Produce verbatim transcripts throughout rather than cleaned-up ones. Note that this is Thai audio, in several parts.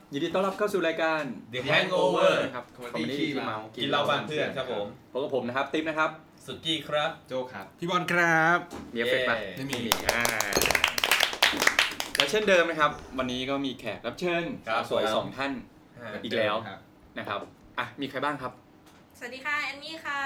ยินดีต้อนรับเข้าสู่รายการ The Hangover ครับคอมเมดี้ขี้เมากินเหล้าบ้านเพื่อนครับผมพบกับผมนะครับติ๊บนะครับสุกี้ครับโจครับพี่บอลครับมีเอฟเฟกต์ป่ะไม่มีอ่าและเช่นเดิมนะครับวันนี้ก็มีแขกรับเชิญสวยสองท่านอีกแล้วนะครับอ่ะมีใครบ้างครับสวัสดีค่ะแอนนี่ค่ะ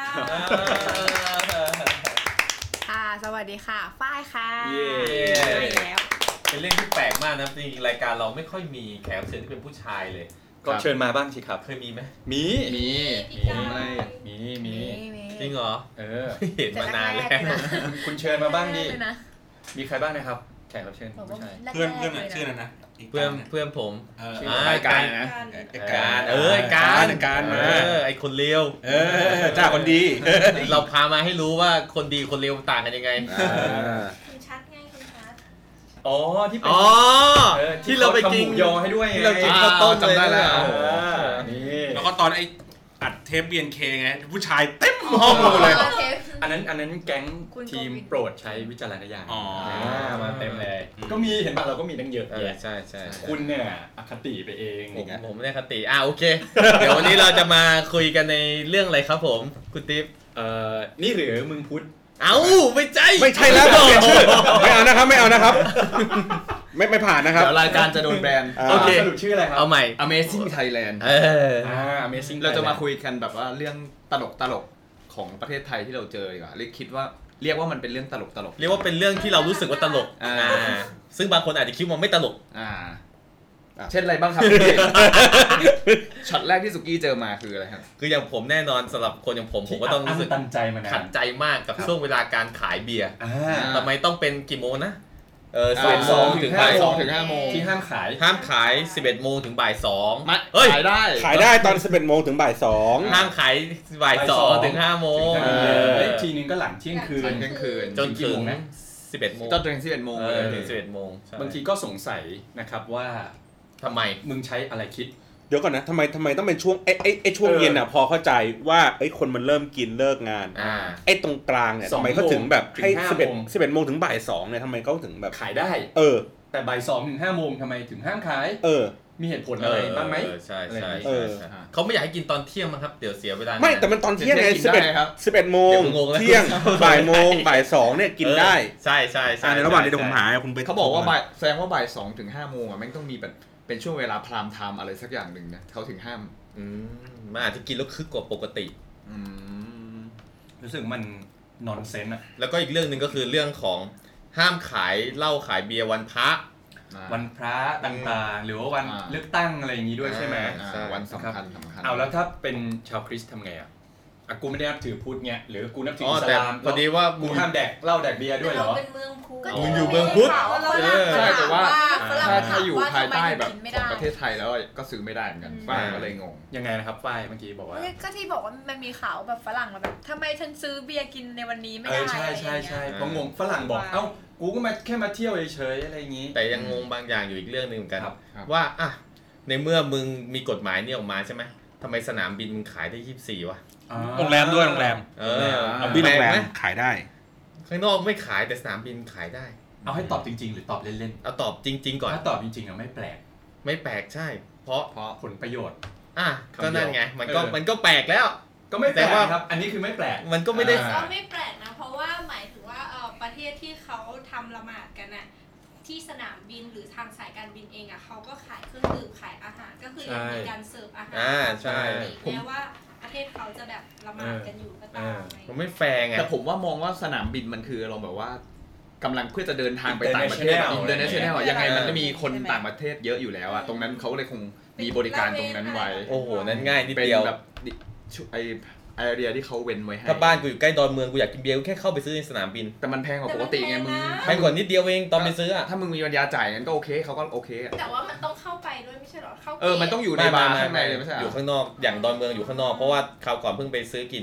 ค่ะสวัสดีค่ะฝ้ายค่ะเย้ไปแล้วเป็นเรื่องที่แปลกมากนะจริงๆรายการเราไม่ค่อยมีแขกรับเชิญที่เป็นผู้ชายเลยก็เชิญมาบ้างสิครับเคยมีไหมมีมีมีมีมีจริงเหรอเออเห็นมานานแล้วคุณเชิญมาบ้างดิมีใครบ้างนะครับแขกรับเชิญผู้ชายเพื่อนเพื่อนน่ะชื่อนั้นนะเพื่อนเพื่อนผมชื่อรายการนะการเออการการมาเออไอคนเลวเออจ้าคนดีเราพามาให้รู้ว่าคนดีคนเลวต่างกันยังไงคุณชัดไงคุณชัดอ๋อที่เป็นอ๋อที่เราไปกินยอให้ด้วยที่เรากินข้าวต้มจำได้แล้วนี่แล้วก็ตอนไออัดเทป บี เอ็น เค ไงผู้ชายเต็มห้องเลยอันนั้นอันนั้นแก๊งทีมโปรดใช้วิจารณญาณมาเต็มเลยก็มีเห็นป่ะเราก็มีตั้งเยอะแยะใช่ใช่คุณเนี่ยอคติไปเองผมผมไม่ได้คติอ่ะโอเคเดี๋ยววันนี้เราจะมาคุยกันในเรื่องอะไรครับผมคุณติ๊บเอ่อนี่หรือมึงพุทธเอ้าไม่ใช่ไม่ใช่แล้วเปลี่ยนชื่อไม่เอานะครับไม่เอานะครับไม่ไม่ผ่านนะครับเดี๋ยวรายการจะโดนแบนโอเคสรุปชื่ออะไรครับเอาใหม่ Amazing Thailand เอออ่า Amazing เราจะมาคุยกันแบบว่าเรื่องตลกตลกของประเทศไทยที่เราเจอดีกว่าเรียกคิดว่าเรียกว่ามันเป็นเรื่องตลกตลกเรียกว่าเป็นเรื่องที่เรารู้สึกว่าตลกอ่าซึ่งบางคนอาจจะคิดว่าไม่ตลกอ่าเช่นอะไรบ้างครับช็อตแรกที่สุกี้เจอมาคืออะไรครับคืออย่างผมแน่นอนสำหรับคนอย่างผมผมก็ต้องรู้สึกตันใจมันขัดใจมากกับช่วงเวลาการขายเบียร์ทำไมต้องเป็นกี่โมงนะเออสิบเอ็ดโมงถึงบ่ายสองถึงห้าโมงที่ห้ามขายห้ามขายสิบเอ็ดโมงถึงบ่ายสองเฮ้ยขายได้ขายได้ตอนสิบเอ็ดโมงถึงบ่ายสองห้ามขายบ่ายสองถึงห้าโมงทีนึงก็หลังเที่ยงคืนเที่ยงคืนจนถึงสิบเอ็ดโมงจนถึงสิบเอ็ดโมงเลยถึงสิบเอ็ดโมงบางทีก็สงสัยนะครับว่าทำไมมึงใช้อะไรคิดเดี๋ยวก่อนนะทำไมทำไมต้องเป็นช่วงไอ้ไอ้ไอ้ช่วงเย็นอ่ะพอเข้าใจว่าไอ้คนมันเริ่มกินเลิกงานไอ้ตรงกลางเนี่ยทำไมเขาถึงแบบให้สิบเอ็ด สิบเอ็ดโมงถึงบ่ายสองเนี่ยทำไมเขาถึงแบบขายได้เออแต่บ่ายสองถึงห้าโมงทำไมถึงห้ามขายเออมีเหตุผลอะไรบ้างไหมใช่ใช่เขาไม่อยากให้กินตอนเที่ยงมั้งครับเดี๋ยวเสียเวลาไม่แต่มันตอนเที่ยงไงสิบเอ็ดสิบเอ็ดโมงเที่ยงบ่ายโมงบ่ายสองเนี่ยกินได้ใช่ใช่ใช่ในระหว่างที่ผมหาคุณไปเขาบอกว่าบ่ายแสดงว่าบ่ายสองถึงห้าโมงอ่ะแม่งต้องมีแบบเป็นช่วงเวลาพรามไทม์อะไรสักอย่างหนึ่งนะเขาถึงห้ามอืมมันอาจจะกินแล้วคึกกว่าปกติอืมรู้สึกมันนอนเซนส์อ่ะแล้วก็อีกเรื่องนึงก็คือเรื่องของห้ามขายเหล้าขายเบียร์วันพระวันพระต่างๆหรือว่าวันเลือกตั้งอะไรอย่างนี้ด้วยใช่ไหมวันสำคัญสำคัญเอาแล้วถ้าเป็นชาวคริสต์ทำไงอ่ะกูไม่ได้นับถือพุทธเงี้ยหรือกูนับถืออิสลามพอดีว่ากูห้ามแดกเหล้าแดกเบียร์ด้วยเหรอเป็นเมืองพุทธมึงอยู่เมืองพุทธใช่แต่ว่าถ้าถ้าอยู่ภายใต้แบบของประเทศไทยแล้วก็ซื้อไม่ได้เหมือนกันฝ้ายก็เลยงงยังไงนะครับฝ้ายเมื่อกี้บอกว่าก็ที่บอกว่ามันมีข่าวแบบฝรั่งมาแบบทำไมฉันซื้อเบียร์กินในวันนี้ไม่ได้ใช่ใช่ใช่เพราะงงฝรั่งบอกเอ้ากูก็มาแค่มาเที่ยวเฉยๆอะไรอย่างนี้แต่ยังงงบางอย่างอยู่อีกเรื่องนึงเหมือนกันว่าอ่ะในเมื่อมึงมีกฎหมายนี่ออกมาใช่ไหมทำไมสนามบินมึงขายได้ยี่สิบสี่วะโรงแรมด้วยโรงแรมเออบินโรงแรมขายได้ข้างนอกไม่ขายแต่สนามบินขายได้เอาให้ตอบจริงๆหรือตอบเล่นๆเอาตอบจริงๆก่อนถ้าตอบจริงๆอ่ะไม่แปลกไม่แปลกใช่เพราะเพราะผลประโยชน์อ่ะก็นั่นไงมันก็มันก็แปลกแล้วก็ไม่แปลกครับอันนี้คือไม่แปลกมันก็ไม่ได้ก็ไม่แปลกนะเพราะว่าหมายถึงว่าเออประเทศที่เขาทำละหมาดกันน่ะที่สนามบินหรือทางสายการบินเองอ่ะเขาก็ขายเครื่องดื่มขายอาหารก็คือยังมีการเสิร์ฟอาหารอ่าใช่แม้ว่าประเทศเขาจะแบบละหมาดกันอยู่ก็ตามมันไม่แฟร์ไงแต่ผมว่ามองว่าสนามบินมันคือเราแบบว่ากำลังเพื่อจะเดินทางไปต่างประเทศอินเตอร์เนชั่นแนลยังไงมันจะมีคนต่างประเทศเยอะอยู่แล้วอ่ะตรงนั้นเขาเลยคงมีบริการตรงนั้นไว้โอ้โหนั้นง่ายนิดเดียวแบบไอไอเดียที่เขาเว้นไว้ให้ถ้าบ้านกูอยู่ใกล้ดอนเมืองกูอยากกินเบียร์กูแค่เข้าไปซื้อในสนามบินแต่มันแพงกว่าปกติไงมึงแพงกว่านิดเดียวเองตอนไปซื้ออ่ะถ้ามึงมีปัญญาจ่ายงั้นก็โอเคเขาก็โอเคแต่ว่ามันต้องเข้าไปด้วยไม่ใช่หรอเข้าเออมันต้องอยู่ในบาร์ข้างในเลยไม่ใช่อยู่ข้างนอกอย่างดอนเมืองอยู่ข้างนอกเพราะว่าคราวก่อนเพิ่งไปซื้อกิน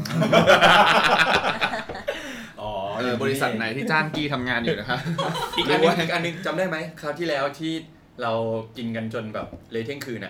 อ๋อบริษัทไหนที่จ้างกี้ทำงานอยู่นะครับอีกอันนึงอีกอันนึงจำได้ไหมคราวที่แล้วที่เรากินกันจนแบบเลยเที่ยงคืนน่ะ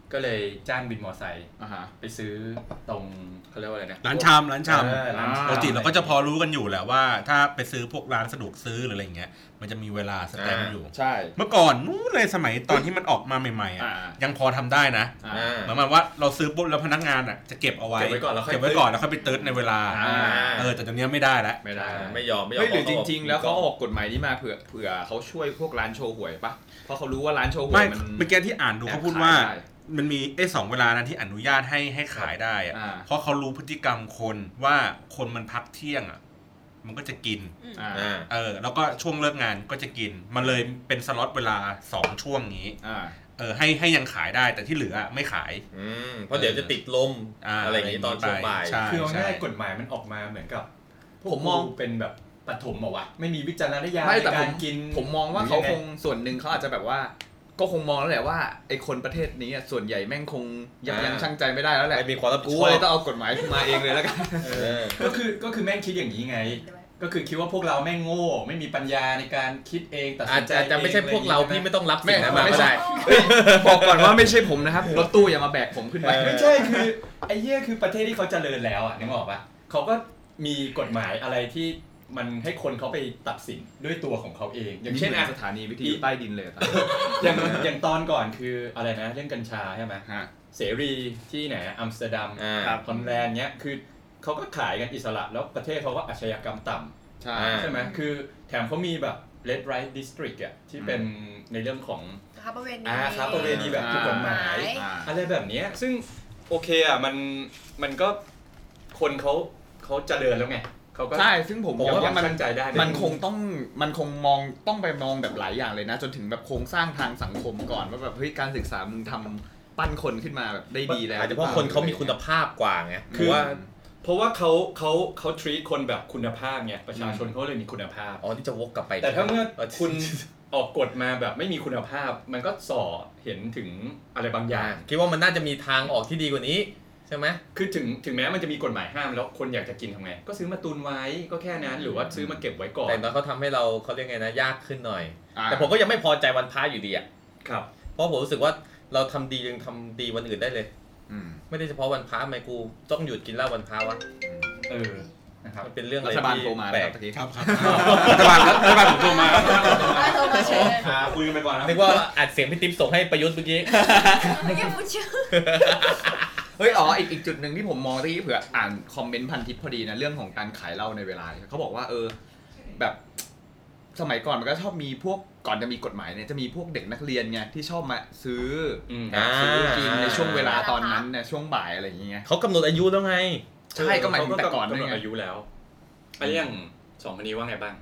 ก็เลยจ้างบินมอไซค์ไปซื้อตรงเขาเรียกว่าอะไรนะร้านชามร้านชามปกติเราก็จะพอรู้กันอยู่แหละว่าถ้าไปซื้อพวกร้านสะดวกซื้อหรืออะไรเงี้ยมันจะมีเวลาสแตมป์อยู่ใช่เมื่อก่อนนู้นเลยสมัยตอนที่มันออกมาใหม่ๆอ่ะยังพอทำได้นะเหมือนว่าเราซื้อปุ๊บแล้วพนักงานอ่ะจะเก็บเอาไว้เก็บไว้ก่อนแล้วเก็บไว้ก่อนแล้วค่อยไปตืดในเวลาเออแต่ตอนนี้ไม่ได้แล้วไม่ได้ไม่ยอมไม่ยอมหรือจริงๆแล้วเขาออกกฎหมายนี้มาเผื่อเผื่อเขาช่วยพวกร้านโชว์หวยปะเพราะเขารู้ว่าร้านโชว์หวยมันเมื่อกี้ที่อ่านดูเขาพูดว่ามันมีไอ้สองเวลานั้นที่อนุญาตให้ให้ขายได้อะเพราะเขารู้พฤติกรรมคนว่าคนมันพักเที่ยงอ่ะมันก็จะกินเออแล้วก็ช่วงเลิกงานก็จะกินมันเลยเป็นสล็อตเวลาสองช่วงนี้เออให้ให้ยังขายได้แต่ที่เหลือไม่ขายเพราะเดี๋ยวจะติดลมอะไรอย่างนี้ตอนช่วงบ่ายคือง่ายกฎหมายมันออกมาเหมือนกับผมมองเป็นแบบปฐมเหรอวะไม่มีวิจารณญาณในการกินผมมองว่าเขาคงส่วนหนึ่งเขาอาจจะแบบว่าก็คงมองแล้วแหละว่าไอ้คนประเทศนี้ส่วนใหญ่แม่งคงยับยั้งชั่งใจไม่ได้แล้วแหละไม่มีความรับผิดชอบกูเลยต้องเอากฎหมายขึ้นมาเองเลยแล้วกันก็คือก็คือแม่งคิดอย่างนี้ไงก็คือคิดว่าพวกเราแม่งโง่ไม่มีปัญญาในการคิดเองตัดสินใจอาจจะไม่ใช่พวกเราพี่ไม่ต้องรับสิ่งนั้นมาก็ได้บอกก่อนว่าไม่ใช่ผมนะครับรถตู้อย่ามาแบกผมขึ้นไปไม่ใช่คือไอ้เหี้ยคือประเทศที่เขาเจริญแล้วอ่ะนึกออกปะเขาก็มีกฎหมายอะไรที่มันให้คนเขาไปตัดสินด้วยตัวของเขาเองอย่างเช่นสถานีวิทยุใต้ดินเลยอย่างอย่างตอนก่อนคืออะไรนะเรื่องกัญชาใช่ไหมเสรีที่ไหนอัมสเตอร์ดัมฮอลแลนด์เนี้ยคือเขาก็ขายกันอิสระแล้วประเทศเขาก็อาชญากรรมต่ำใช่ใช่ไหมคือแถมเขามีแบบ Red Light District อ่ะที่เป็นในเรื่องของค้าประเวณีค้าประเวณีแบบถูกกฎหมายอะไรแบบนี้ซึ่งโอเคอ่ะมันมันก็คนเขาเขาเจริญแล้วไงใช่ซึ่งผมบอกว่ามันมันคงต้องมันคงมองต้องไปมองแบบหลายอย่างเลยนะจนถึงแบบโครงสร้างทางสังคมก่อนว่าแบบเฮ้ยการศึกษามึงทำปั้นคนขึ้นมาแบบได้ดีแล้วอาจจะเพราะคนเขามีคุณภาพกว่าไงคือว่าเพราะว่าเขาเขาเขา treat คนแบบคุณภาพไงประชาชนเขาเลยมีคุณภาพอ๋อที่จะวกกลับไปแต่ถ้าเมื่อคุณออกกฎมาแบบไม่มีคุณภาพมันก็ส่อเห็นถึงอะไรบางอย่างคิดว่ามันน่าจะมีทางออกที่ดีกว่านี้ใช่ไหมคือถึงถึงแม้มันจะมีกฎหมายห้ามแล้วคนอยากจะกินทำไงก็ซื้อมาตุนไว้ก็แค่นั้นหรือว่าซื้อมาเก็บไว้ก่อนแต่ตอนเขาทำให้เราเขาเรียกไงนะยากขึ้นหน่อยแต่ผมก็ยังไม่พอใจวันพระอยู่ดีอ่ะครับเพราะผมรู้สึกว่าเราทำดียังทำดีวันอื่นได้เลยไม่ได้เฉพาะวันพระทำไมกูต้องหยุดกินเหล้าวันพระวะเออนะครับมันเป็นเรื่องอะไรที่แปลกครับครับรัฐบาลรัฐบาลผมโทรมาโทรมาเชิญคุยกันไปก่อนนะนึกว่าอัดเสียงพี่ติ๊บส่งให้ประยุทธ์เมื่อกี้ไม่แค่พูดชื่อเฮ้ยอ๋ออีกอีกจุดหนึ่งที่ผมมองที่เผื่ออ่านคอมเมนต์พันทิปพอดีนะเรื่องของการขายเหล้าในเวลาเขาบอกว่าเออแบบสมัยก่อนมันก็ชอบมีพวกก่อนจะมีกฎหมายเนี่ยจะมีพวกเด็กนักเรียนไงที่ชอบมาซื้อซื้อกินในช่วงเวลาตอนนั้นเนี่ยช่วงบ่ายอะไรอย่างเงี้ยเขากำหนดอายุแล้วไงใช่ก็หมายถึงแต่ก่อนกำหนดอายุแล้วไอ้เรื่องสองคนนี้ว่าไงบ้าง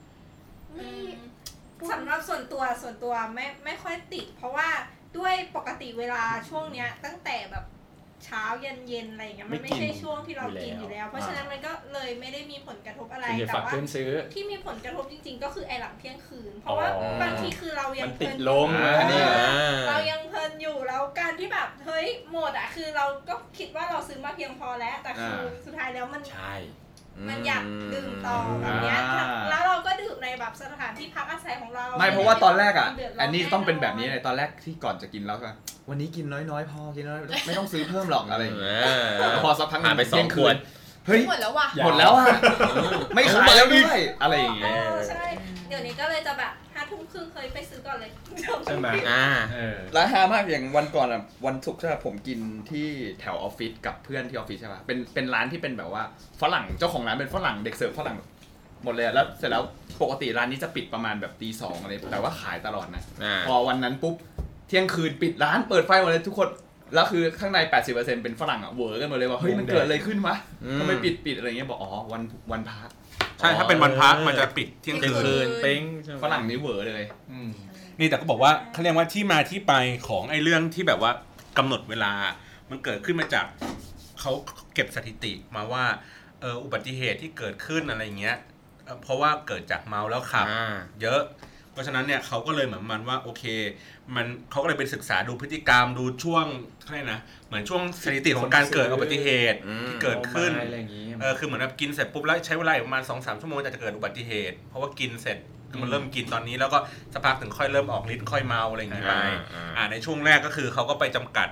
สำหรับส่วนตัวส่วนตัวไม่ไม่ค่อยติดเพราะว่าด้วยปกติเวลาช่วงเนี้ยตั้งแต่แบบเช้าเย็นเย็นอะไรอย่างเงี้ยมันไม่ใช่ช่วงที่เรากินอยู่แล้วเพราะฉะนั้นมันก็เลยไม่ได้มีผลกระทบอะไรแต่ว่าที่มีผลกระทบจริงๆก็คือไอ้หลังเที่ยงคืนเพราะว่าบางทีคือเรายังเพลินเรายังเพลินอยู่แล้วการที่แบบเฮ้ยหมดอ่ะคือเราก็คิดว่าเราซื้อมาเพียงพอแล้วแต่คือสุดท้ายแล้วมันมันอยากดื่มต่อแบบเนี้ยแล้วเราก็ดื่มในแบบสถานที่พักอาศัยของเราไม่เพราะว่าตอนแรกอ่ะอันนี้ต้องเป็นแบบนี้เลยตอนแรกที่ก่อนจะกินแล้วก็วันนี้กินน้อยๆพอกินน้อยไม่ต้องซื้อเพิ่มหรอกอะไรอย่างเงี้ยพอสักพักผ่านไปสองขวดเฮ้ยหมดแล้วว่ะหมดแล้วอ่ะไม่ขายแล้วด้วยอะไรอย่างเงี้ยใช่เดี๋ยวนี้ก็เลยจะแบบห้าทุ่มครึ่งเคยไปซื้อก่อนเลยใช่ไหมอ่าร้านฮามากอย่างวันก่อนอ่ะวันศุกร์ใช่ป่ะผมกินที่แถวออฟฟิศกับเพื่อนที่ออฟฟิศใช่ป่ะเป็นเป็นร้านที่เป็นแบบว่าฝรั่งเจ้าของร้านเป็นฝรั่งเด็กเสิร์ฟฝรั่งหมดเลยแล้วเสร็จแล้วปกติร้านนี้จะปิดประมาณแบบตีสองอะไรแต่ว่าขายตลอดนะพอวันนั้นปุ๊บเที่ยงคืนปิดร้านเปิดไฟหมดเลยทุกคนแล้วคือข้างใน แปดสิบเปอร์เซ็นต์ เป็นฝรั่งอ่ะเวอร์กันหมดเลยว่าเฮ้ยมันเกิดอะไรขึ้นวะทำไมปิดปิดอะไรเงี้ยบอกอ๋อวันวันพักใช่ถ้าเป็นวันพักมันจะปิดเที่ยงคืนเป้งฝรั่งนี่เวอร์เลยนี่แต่ก็บอกว่าเขาเรียกว่าที่มาที่ไปของไอ้เรื่องที่แบบว่ากำหนดเวลามันเกิดขึ้นมาจากเขาเก็บสถิติมาว่าเอออุบัติเหตุที่เกิดขึ้นอะไรเงี้ยเพราะว่าเกิดจากเมาแล้วขับเยอะเพราะฉะนั้นเนี่ยเขาก็เลยเหมือนมันว่าโอเคมันเขาก็เลยไปศึกษาดูพฤติกรรมดูช่วงอะไรนะเหมือนช่วงสถิติของการเกิดอุบัติเหตุที่เกิดขึ้นเออคือเหมือนแบบกินเสร็จปุ๊บแล้วใช้เวลาประมาณ สองถึงสาม ชั่วโมงจะเกิดอุบัติเหตุเพราะว่ากินเสร็จมันเริ่มกินตอนนี้แล้วก็สักพักถึงค่อยเริ่มออกฤทธิ์ค่อยเมาอะไรอย่างนี้ไปอ่าในช่วงแรกก็คือเขาก็ไปจำกัด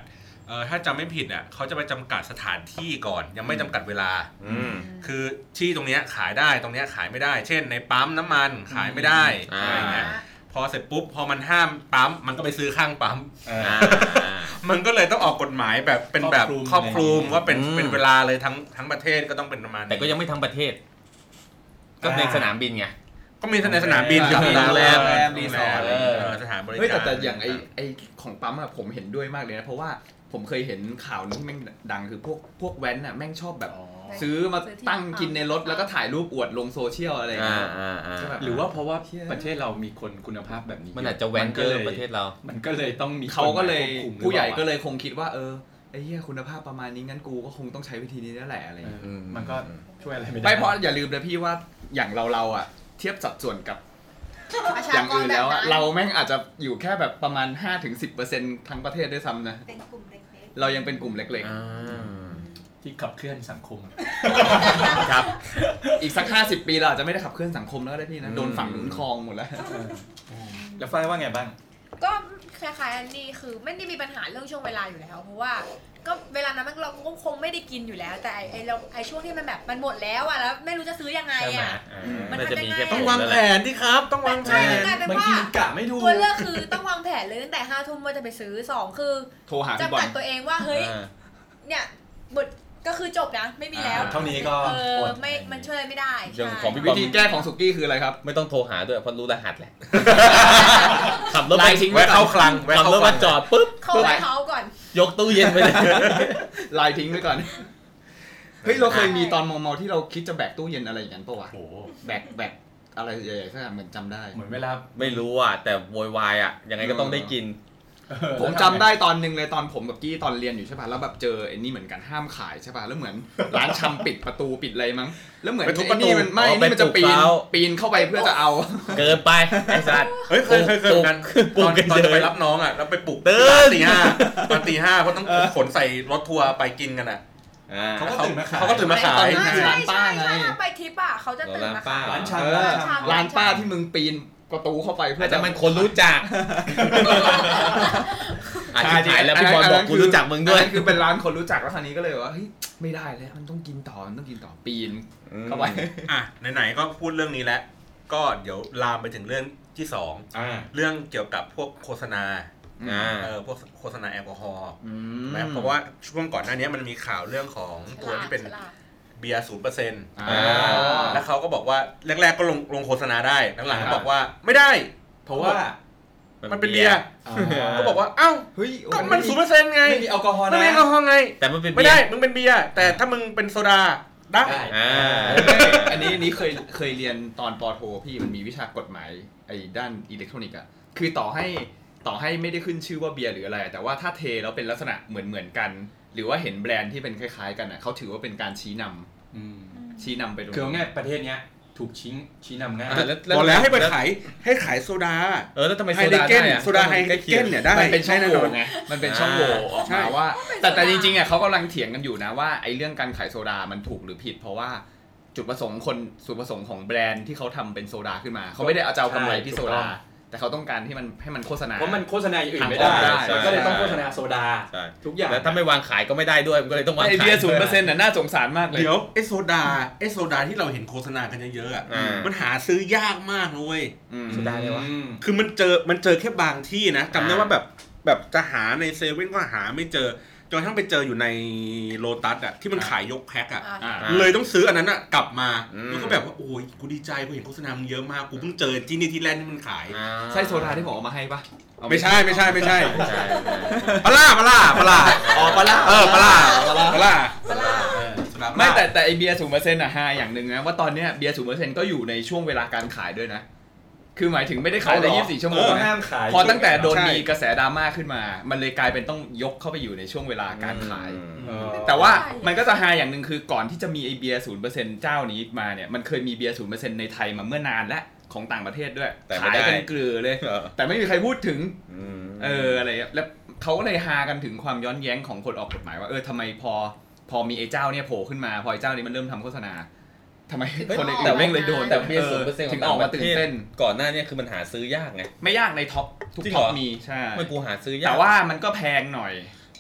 เออถ้าจำไม่ผิดอ่ะเขาจะไปจำกัดสถานที่ก่อนยังไม่จำกัดเวลาคือที่ตรงเนี้ยขายได้ตรงเนี้ยขายไม่ได้เช่นในปั๊มน้ำมันขายไม่ได้อะไรเงี้ยพอเสร็จปุ๊บพอมันห้ามปั๊มมันก็ไปซื้อข้างปั๊มมันก็เลยต้องออกกฎหมายแบบเป็นแบบครอบคลุมว่าเป็นเป็นเวลาเลยทั้งทั้งประเทศก็ต้องเป็นประมาณแต่ก็ยังไม่ทั้งประเทศก็ในสนามบินไงก็มีในสนามบินกับโรงแรมรีสอร์ทสถานบริการเฮ้ยแต่แต่อย่างไอไอของปั๊มอะผมเห็นด้วยมากเลยนะเพราะว่าผมเคยเห็นข่าวนึงที่แม่งดังคือพวกพวกแว้นอะแม่งชอบแบบซื้อมาตั้งกินในรถแล้วก็ถ่ายรูปอวดลงโซเชียลอะไรอย่างเงี้ยหรือว่าเพราะว่าประเทศเรามีคนคุณภาพแบบนี้มันอาจจะแว้นเกินประเทศเรามันก็เลยต้องมีเขาก็เลยผู้ใหญ่ก็เลยคงคิดว่าเออไอ้เหี้ยคุณภาพประมาณนี้งั้นกูก็คงต้องใช้วิธีนี้นั่นแหละอะไรมันก็ช่วยอะไรไม่ได้ไม่เพราะอย่าลืมนะพี่ว่าอย่างเราเราอะเทียบสัดส่วนกับอย่างอื่นแล้วเราแม่งอาจจะอยู่แค่แบบประมาณ ห้าถึงสิบเปอร์เซ็นต์ ทั้งประเทศด้วยซ้ำนะเป็นกลุ่มเล็กๆเรายังเป็นกลุ่มเล็กๆที่ขับเคลื่อนสังคมครับอีกสักห้าสิบปีเราอาจจะไม่ได้ขับเคลื่อนสังคมแล้วได้พี่นะโดนฝั่งนู้นครองหมดแล้วแล้วฝ้ายว่าไงบ้างก็คล้ายๆอันนี้คือไม่ได้มีปัญหาเรื่องช่วงเวลาอยู่แล้วเพราะว่าก็เวลานั้นเราก็คงไม่ได้กินอยู่แล้วแต่ไอเราไอช่วงที่มันแบบมันหมดแล้วอ่ะแล้วไม่รู้จะซื้อยังไงอ่ะมันจะมีแค่ต้องวางแผนที่ครับต้องวางแผนบางทีกะไม่ถูกตัวเลือกคือต้องวางแผนเลยตั้งแต่ห้าทุ่มว่าจะไปซื้อสองคือโทรหาจำกัดตัวเองว่าเฮ้ยเนี่ยบทก็คือจบนะไม่มีแล้วเท่านี้ก็เออไม่มันช่วยไม่ได้ของวิธีแก้ของสุกี้คืออะไรครับไม่ต้องโทรหาด้วยเพราะรู้รหัสแหละขับรถไปทิ้งไว้เข้าคลังขับรถมาจอดปุ๊บเข้าไปเขาก่อนยกตู้เย็นไปเลยไลน์ทิ้งไว้ก่อนเฮ้ยเราเคยมีตอนมอมที่เราคิดจะแบกตู้เย็นอะไรอย่างนั้นป่ะวะแบกแบกอะไรใหญ่ๆสักอย่างเหมือนจำได้เหมือนเวลาไม่รู้อ่ะแต่โวยวายอ่ะยังไงก็ต้องได้กินผมจำได้ตอนนึงเลยตอนผมกับกี้ตอนเรียนอยู่ใช่ป่ะแล้วแบบเจอไอ้นี่เหมือนกันห้ามขายใช่ป่ะแล้วเหมือนร้านชำปิดประตูปิดอะไรมั้งแล้วเหมือนไอ้นี่มันไม่นี่มันจะปีนปีนเข้าไปเพื่อจะเอาเกินไปไอ้สัตว์เฮ้ยเคยเคยเคยกันตอนตอนจะไปรับน้องอ่ะแล้วไปปลุกตื่นตีห้าตอนตีห้าเขาต้องขนใส่รถทัวร์ไปกินกันอ่ะเขาก็ตื่นมาขายเขาก็ตื่นมาขายร้านป้าไงถ้าไปทริปอ่ะเขาจะตื่นมาขายร้านชาร้านป้าที่มึงปีนประตูเข้าไปเพื่อจะมันคนรู้จักอาจจะขายแล้วพี่บอลบอกกูรู้จักมึงด้วยคือเป็นร้านคนรู้จักแล้วคราวนี้ก็เลยว่าเฮ้ยไม่ได้แล้วมันต้องกินต่อมันต้องกินต่อปีนเข้าไปอ่ะไหนๆก็พูดเรื่องนี้แล้วก็เดี๋ยวลามไปถึงเรื่องที่สองเรื่องเกี่ยวกับพวกโฆษณาเออพวกโฆษณาแอลกอฮอล์นะเพราะว่าช่วงก่อนหน้านี้มันมีข่าวเรื่องของตัวที่เป็นเบียร์ศูนย์เปอร์เซ็นต์แล้วเขาก็บอกว่าแรกๆก็ลงลงโฆษณาได้หลังๆก็บอกว่าไม่ได้เพราะว่ามันเป็นเบียร์ก็บอกว่าเอ้าเฮ้ยก็มันศูนย์เปอร์เซ็นต์ไงไม่มีแอลกอฮอล์นะไม่มีแอลกอฮอล์ไงแต่มันเป็นไม่ได้มึงเป็นเบียร์แต่ถ้ามึงเป็นโซดาได้อันนี้นี้เคยเคยเรียนตอนป.โทพี่มันมีวิชากฎหมายไอ้ด้านอิเล็กทรอนิกส์อ่ะคือต่อให้ต่อให้ไม่ได้ขึ้นชื่อว่าเบียร์หรืออะไรแต่ว่าถ้าเทแล้วเป็นลักษณะเหมือนเหมือนกันหรือว่าเห็นแบรนด์ที่เป็นคล้ายๆกันอ่ะเขาถือว่าเป็นการชี้นำชี้นำไปดูคือง่ายประเทศเนี้ยถูกชี้ชี้นำง่ายบอกแล้วให้ไปขายให้ขายโซดาเออแล้วทำไมโซดาได้อะโซดาไฮเกนเนี่ยได้มันเป็นช่องโหว่ไงมันเป็นช่องโหว่ออกมาว่าแต่แต่จริงๆอ่ะเขากำลังเถียงกันอยู่นะว่าไอ้เรื่องการขายโซดามันถูกหรือผิดเพราะว่าจุดประสงค์คนจุดประสงค์ของแบรนด์ที่เขาทำเป็นโซดาขึ้นมาเขาไม่ได้เอาเจ้ากำไรที่โซดาแต่เขาต้องการที่มันให้มันโฆษณาเพราะมันโฆษณาอย่างอื่นไม่ได้ก็เลยต้องโฆษณาโซดาทุกอย่างแล้วถ้าไม่วางขายก็ไม่ได้ด้วยมันก็เลยต้องวางขายไอเบียร์ศูนย์เปอร์เซ็นต์น่ะน่าสงสารมากเลยเดี๋ยวไอโซดาไอโซดาที่เราเห็นโฆษณากันเยอะๆอ่ะมันหาซื้อยากมากเลยโซดาเลยวะคือมันเจอมันเจอแค่บางที่นะจำได้ว่าแบบแบบจะหาในเซเว่นก็หาไม่เจอจนกระทั่งไปเจออยู่ในโลตัสอ่ะที่มันขายยกแพ็คอ่ะเลยต้องซื้ออันนั้นอ่ะกลับมาแล้วก็แบบว่าโอ้ยกูดีใจกูเห็นโฆษณามันเยอะมากกูเพิ่งเจอที่นี่ที่แรกที่มันขายใช่โซดาที่ผมเอามาให้ปะไม่ใช่ไม่ใช่ไม่ใช่ปลาปลาปลาอ๋อปลาเออปลาปลาไม่แต่แต่ไอเบียร์ศูนย์เปอร์เซ็นต์อ่ะฮาอย่างหนึ่งนะว่าตอนเนี้ยเบียร์ศูนย์เปอร์เซ็นต์ก็อยู่ในช่วงเวลาการขายด้วยนะคือหมายถึงไม่ได้ขายในยี่สิบสี่ชั่วโมงนะพอตั้งแต่โดนมีกระแสดราม่าขึ้นมามันเลยกลายเป็นต้องยกเข้าไปอยู่ในช่วงเวลาการขายแต่ว่ามันก็จะฮาอย่างนึงคือก่อนที่จะมีไอเบียร์ศูนย์เปอร์เซ็นต์เจ้านี้มาเนี่ยมันเคยมีเบียร์ศูนย์เปอร์เซ็นต์ในไทยมาเมื่อนานแล้วของต่างประเทศด้วยขายกันเกลือเลยแต่ไม่มีใครพูดถึงเอออะไรแล้วเขาก็เลยฮากันถึงความย้อนแย้งของคนออกกฎหมายว่าเออทำไมพอพอมีไอ้เจ้าเนี่ยโผล่ขึ้นมาพอไอ้เจ้านี้มันเริ่มทำโฆษณาทำไมคนอื่นแม่งเลยโดนแต่เบียร์ศูนย์เปอร์เซ็นต์ถึงออกมาตื่นเต้นก่อนหน้านี้คือมันหาซื้อยากไงไม่ยากในท็อปทุกท็อปมีใช่ไม่กูหาซื้อยากแต่ว่ามันก็แพงหน่อย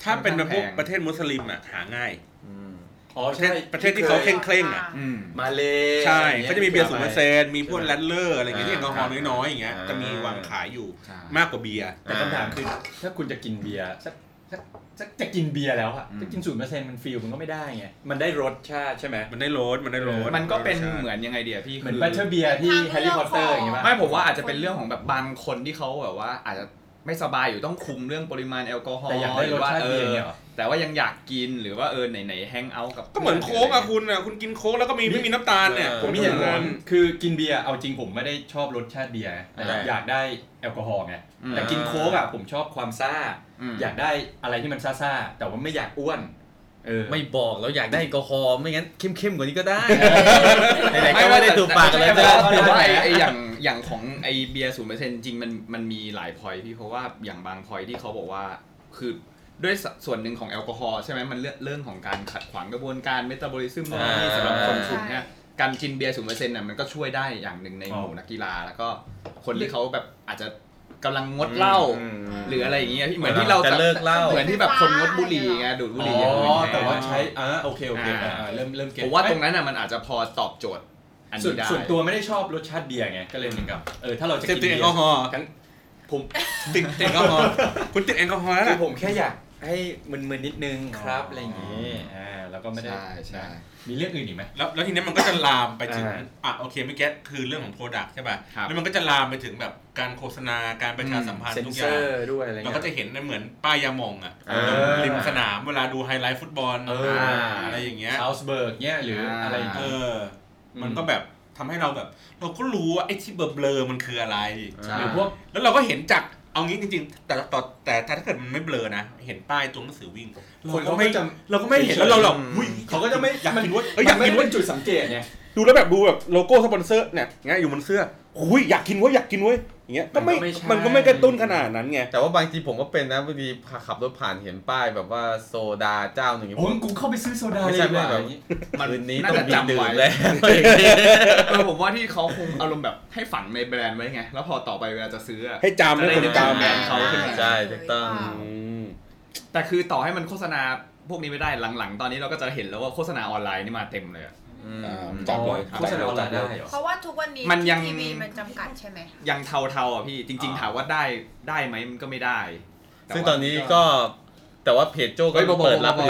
ถ้าเป็นพวกประเทศมุสลิมอ่ะหาง่ายอ๋อใช่ประเทศที่เขาเคร่งๆอ่ะมาเลใช่เขาจะมีเบียร์ศูนย์เปอร์เซ็นต์มีพวกแรดเลอร์อะไรอย่างเงี้ยที่แอลกอฮอล์น้อยๆอย่างเงี้ยจะมีวางขายอยู่มากกว่าเบียร์แต่คำถามคือถ้าคุณจะกินเบียร์จะกินเบียร์แล้วอะจะกินศูนย์เปอร์เซ็นต์มันฟีลมันก็ไม่ได้ไงมันได้รสชาติใช่ไหมมันได้รสมันได้รสมันก็เป็นเหมือนยังไงเดียพี่เหมือนบัตเตอร์เบียร์ที่แฮร์รี่พอตเตอร์อย่างเงี้ยไม่ผมว่าอาจจะเป็นเรื่องของแบบบางคนที่เขาแบบว่าอาจจะไม่สบายอยู่ต้องคุมเรื่องปริมาณแอลกอฮอล์แต่อยากได้รสชาติเบียร์เนี่ยแต่ว่ายังอยากกินหรือว่าเออไหนๆแฮงเอาท์กับก็เหมือนโค้กอะคุณอะคุณกินโค้กแล้วก็มีไม่มีน้ำตาลเนี่ยผมมีอย่างนั้นคือกินเบียร์เอาจริงผมไม่ได้ชอบรสชาติเบียร์อยากได้แอลกอฮอล์ไงแต่กินโค้กอะผมชอบความซ่าอยากได้อะไรที่มันซ่าๆแต่ว่าไม่อยากอ้วนเออไม่บอกแล้วอยากได้แอลกอฮอล์ไม่งั้นเข้มๆกว่านี้ก็ได้ไหนๆก็ไม่ได้ถูกปากกันเลยแต่ว่าไอ้อย่างอย่างของไอ้เบียร์ ศูนย์เปอร์เซ็นต์ จริงมันมันมีหลายพอยท์พี่เพราะว่าอย่างบางพอยท์ที่เขาบอกว่าคือด้วยส่วนหนึ่งของแอลกอฮอล์ใช่ไหมมันเรื่องของการขัดขวางกระบวนการเมตาบอลิซึมที่สำหรับคนคุมเนี่ยการกินเบียร์ ศูนย์เปอร์เซ็นต์ น่ะมันก็ช่วยได้อย่างหนึ่งในหมู่นักกีฬาแล้วก็คนที่เขาแบบอาจจะกำลังงดเหล้าหรืออะไรอย่างเงี้ยพี่เหมือนที่เราจะเลิกเหล้าเหมือนที่แบบคนงดบุหรี่ไงดูดบุหรี่อ๋อแต่ว่าใช้อ่าโอเคโอเคอ่าเริ่มเริ่มเก็ตผมว่าตรงนั้นน่ะมันอาจจะพอตอบโจทย์อันนี้ได้ส่วนตัวไม่ได้ชอบรสชาติเบียร์ไงก็เลยเหมือนกับเออถ้าเราจะกินเบียร์แอลกอฮอล์ผมติดแอลกอฮอล์คุณติดแอลกอฮอล์แล้วคือผมแค่อยากให้มึนๆนิดนึงครับอะไรอย่างงี้อ่าแล้วก็ไม่ได้ใช่มีเรื่องอื่นอีกไหมแล้วแล้วทีนี้มันก็จะลามไปถึงอ่ะโอเคเมื่อกี้คือเรื่องของ product ใช่ป่ะแล้วมันก็จะลามไปถึงแบบการโฆษณาการประชาสัมพันธ์ทุกอย่างด้วยอะไรเงี้ยเราก็จะเห็นเหมือนป้ายยามองอ่ะริมสนามเวลาดูไฮไลท์ฟุตบอลอะไรอย่างเงี้ยชาลส์เบิร์กเงี้ยหรืออะไรเออมันก็แบบทำให้เราแบบเราก็รู้ว่าไอ้ที่เบลอๆมันคืออะไรหรือพวกแล้วเราก็เห็นจากเอางี้จริงๆแต่ต่อแต่ถ้าเกิดมันไม่เบลอนะเห็นป้ายตัวหนังสือวิ่งคนเขาไม่เราก็ไม่เห็นแล้วเราหรอกเขาก็จะไม่อยากกินว่าอยากกินว่าจุดสังเกตไงดูแล้วแบบดูแบบโลโก้สปอนเซอร์เนี่ยเงี้ยอยู่บนเสื้ออุ้ยอยากกินว่าอยากกินเว้ยอย่างเงี้ยก็ไม่มันก็ไม่กระตุ้นขนาดนั้นไงแต่ว่าบางทีผมก็เป็นนะบางทีขับรถผ่านเห็นป้ายแบบว่าโซดาเจ้าหนึ่งโอ้ยกูเข้าไปซื้อโซดาเลยแบบมันนี้ต้องมีดื่มแล้วเออผมว่าที่เขาคงอารมณ์แบบให้ฝังในแบรนด์ไว้ไงแล้วพอต่อไปเวลาจะซื้อให้จำให้คนจำแบรนด์เขาขึ้นมาใช่ถูกต้องแต่คือต่อให้มันโฆษณาพวกนี้ไม่ได้หลังๆตอนนี้เราก็จะเห็นแล้วว่าโฆษณาออนไลน์นี่มาเต็มเลยจับเลยโฆษณาออนไลน์ได้เพราะว่าทุกวันนี้ทีวีมันจำกัดใช่ไหมยังเทาๆอ่ะพี่จริงๆถามว่าได้ได้ไหมมันก็ไม่ได้ซึ่งตอนนี้ก็แต่ว่าเพจโจ้ก็เปิดรับเ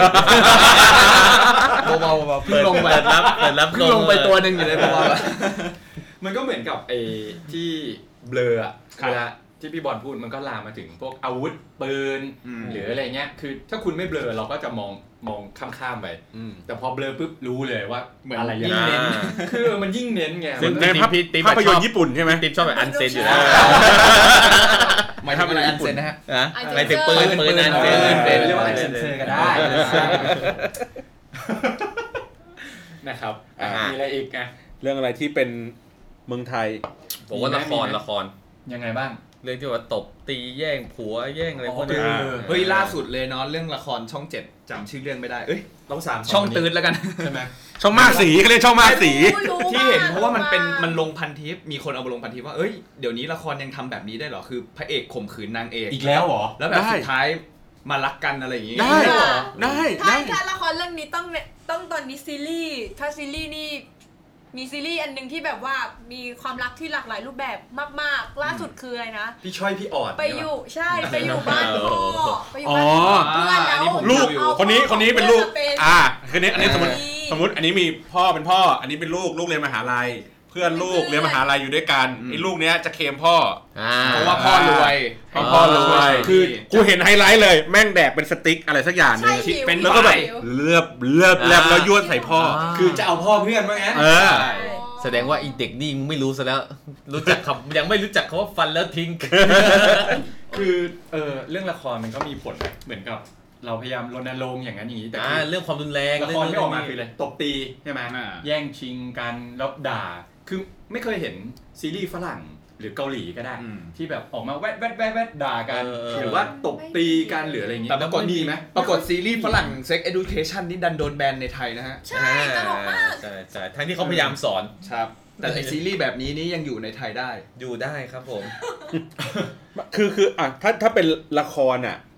บาๆเพิ่งลงไปรับเปิดรับเพิ่งลงไปตัวนึงอยู่เลยเบาๆมันก็เหมือนกับไอ้ที่เบลออ่ะเวลาที่พี่บอลพูดมันก็ลามมาถึงพวกอาวุธปืนหรืออะไรเงี้ยคือถ้าคุณไม่เบลอเราก็จะมองมองข้ามๆไปแต่พอเบลอปุ๊บรู้เลยว่าอะไรยิ่งเน้นคือมันยิ่งเน้นไงซึ่งในภาพยนตร์ญี่ปุ่นใช่ไหมติ๊บชอบแบบอันเซนอยู่แล้วไม่ทำอะไรอันเซนนะฮะอะไรถึงปืนปืนอันเซนเรียกว่าอันเซนเซอร์ก็ได้นะครับมีอะไรอีกอ่ะเรื่องอะไรที่เป็นเมืองไทยผมว่าละครละครยังไงบ้างเรื่องที่ว่าตบตีแย่งผัวแย่งอะไรพวกนี้เฮ้ยล่าสุดเลยเนาะเรื่องละครช่องเจ็ดจำชื่อเรื่องไม่ได้เอ้ยต้องสามช่องตื่นแล้วกันใช่ไหมช่องมากสีเขาเรียกช่องมากสีที่เห็นเพราะว่ามันเป็นมันลงพันทิปมีคนเอามาลงพันทิปว่าเอ้ยเดี๋ยวนี้ละครยังทำแบบนี้ได้เหรอคือพระเอกข่มขืนนางเอกอีกแล้วเหรอแล้วแบบสุดท้ายมารักกันอะไรอย่างงี้ได้ได้ได้ถ้าละครเรื่องนี้ต้องต้องตอนนี้ซีรีส์ถ้าซีรีส์นี่มีซีรีส์อันนึงที่แบบว่ามีความรักที่หลากหลายรูปแบบมากๆล่าสุดคืออะไรนะพี่ช่อยพี่อ่อนไปอยู่ใช่ไปอยู่บ้านพ่อไปอยู่บ้านเพื่อนแล้วลูกคนนี้คนนี้เป็นลูกอ่าคือนี้อันนี้สมมติสมมติอันนี้มีพ่อเป็นพ่ออันนี้เป็นลูกลูกเรียนมหาลัยเพื่อนลูกเรียนมหาลัยอยู่ด้วยกันไอ้ลูกเนี้ยจะเคลมพ่อเพราะว่าพ่อรวยเพราะพ่อรวยคือกูเห็นไฮไลท์เลยแม่งแดกเป็นสติ๊กอะไรสักอย่างนึงเป็นแล้วก็แบบเลือบเลือบแล้วแล้วยั่วใส่พ่อคือจะเอาพ่อเพื่อนว่างั้นเออแสดงว่าอีเด็กนี่ไม่รู้ซะแล้วรู้จักคำยังไม่รู้จักคำว่าฟันแล้วทิ้งคือเออเรื่องละครมันก็มีผลเหมือนกับเราพยายามรณรงค์อย่างนั้นอย่างนี้แต่เรื่องความรุนแรงละครที่ออกมาคืออะไรตบตีใช่ไหมแย่งชิงกันแล้วด่าคือไม่เคยเห็นซีรีส์ฝรั่งหรือเกาหลีก็ได้ที่แบบออกมาแวดแวดแวดแวดด่ากันหรือว่าตบตีกันหรืออะไรอย่างนี้แต่ปรากฏดีไหมปรากฏซีรีส์ฝรั่ง Sex Education นี่ดันโดนแบนในไทยนะฮะใช่ตลกมากใช่ใช่ทั้งที่เขาพยายามสอนครับแต่ไอซีรีส์แบบนี้นี่ยังอยู่ในไทยได้อยู่ได้ครับผมคือคืออ่ะถ้าถ้าเป็นละครอ่ะผ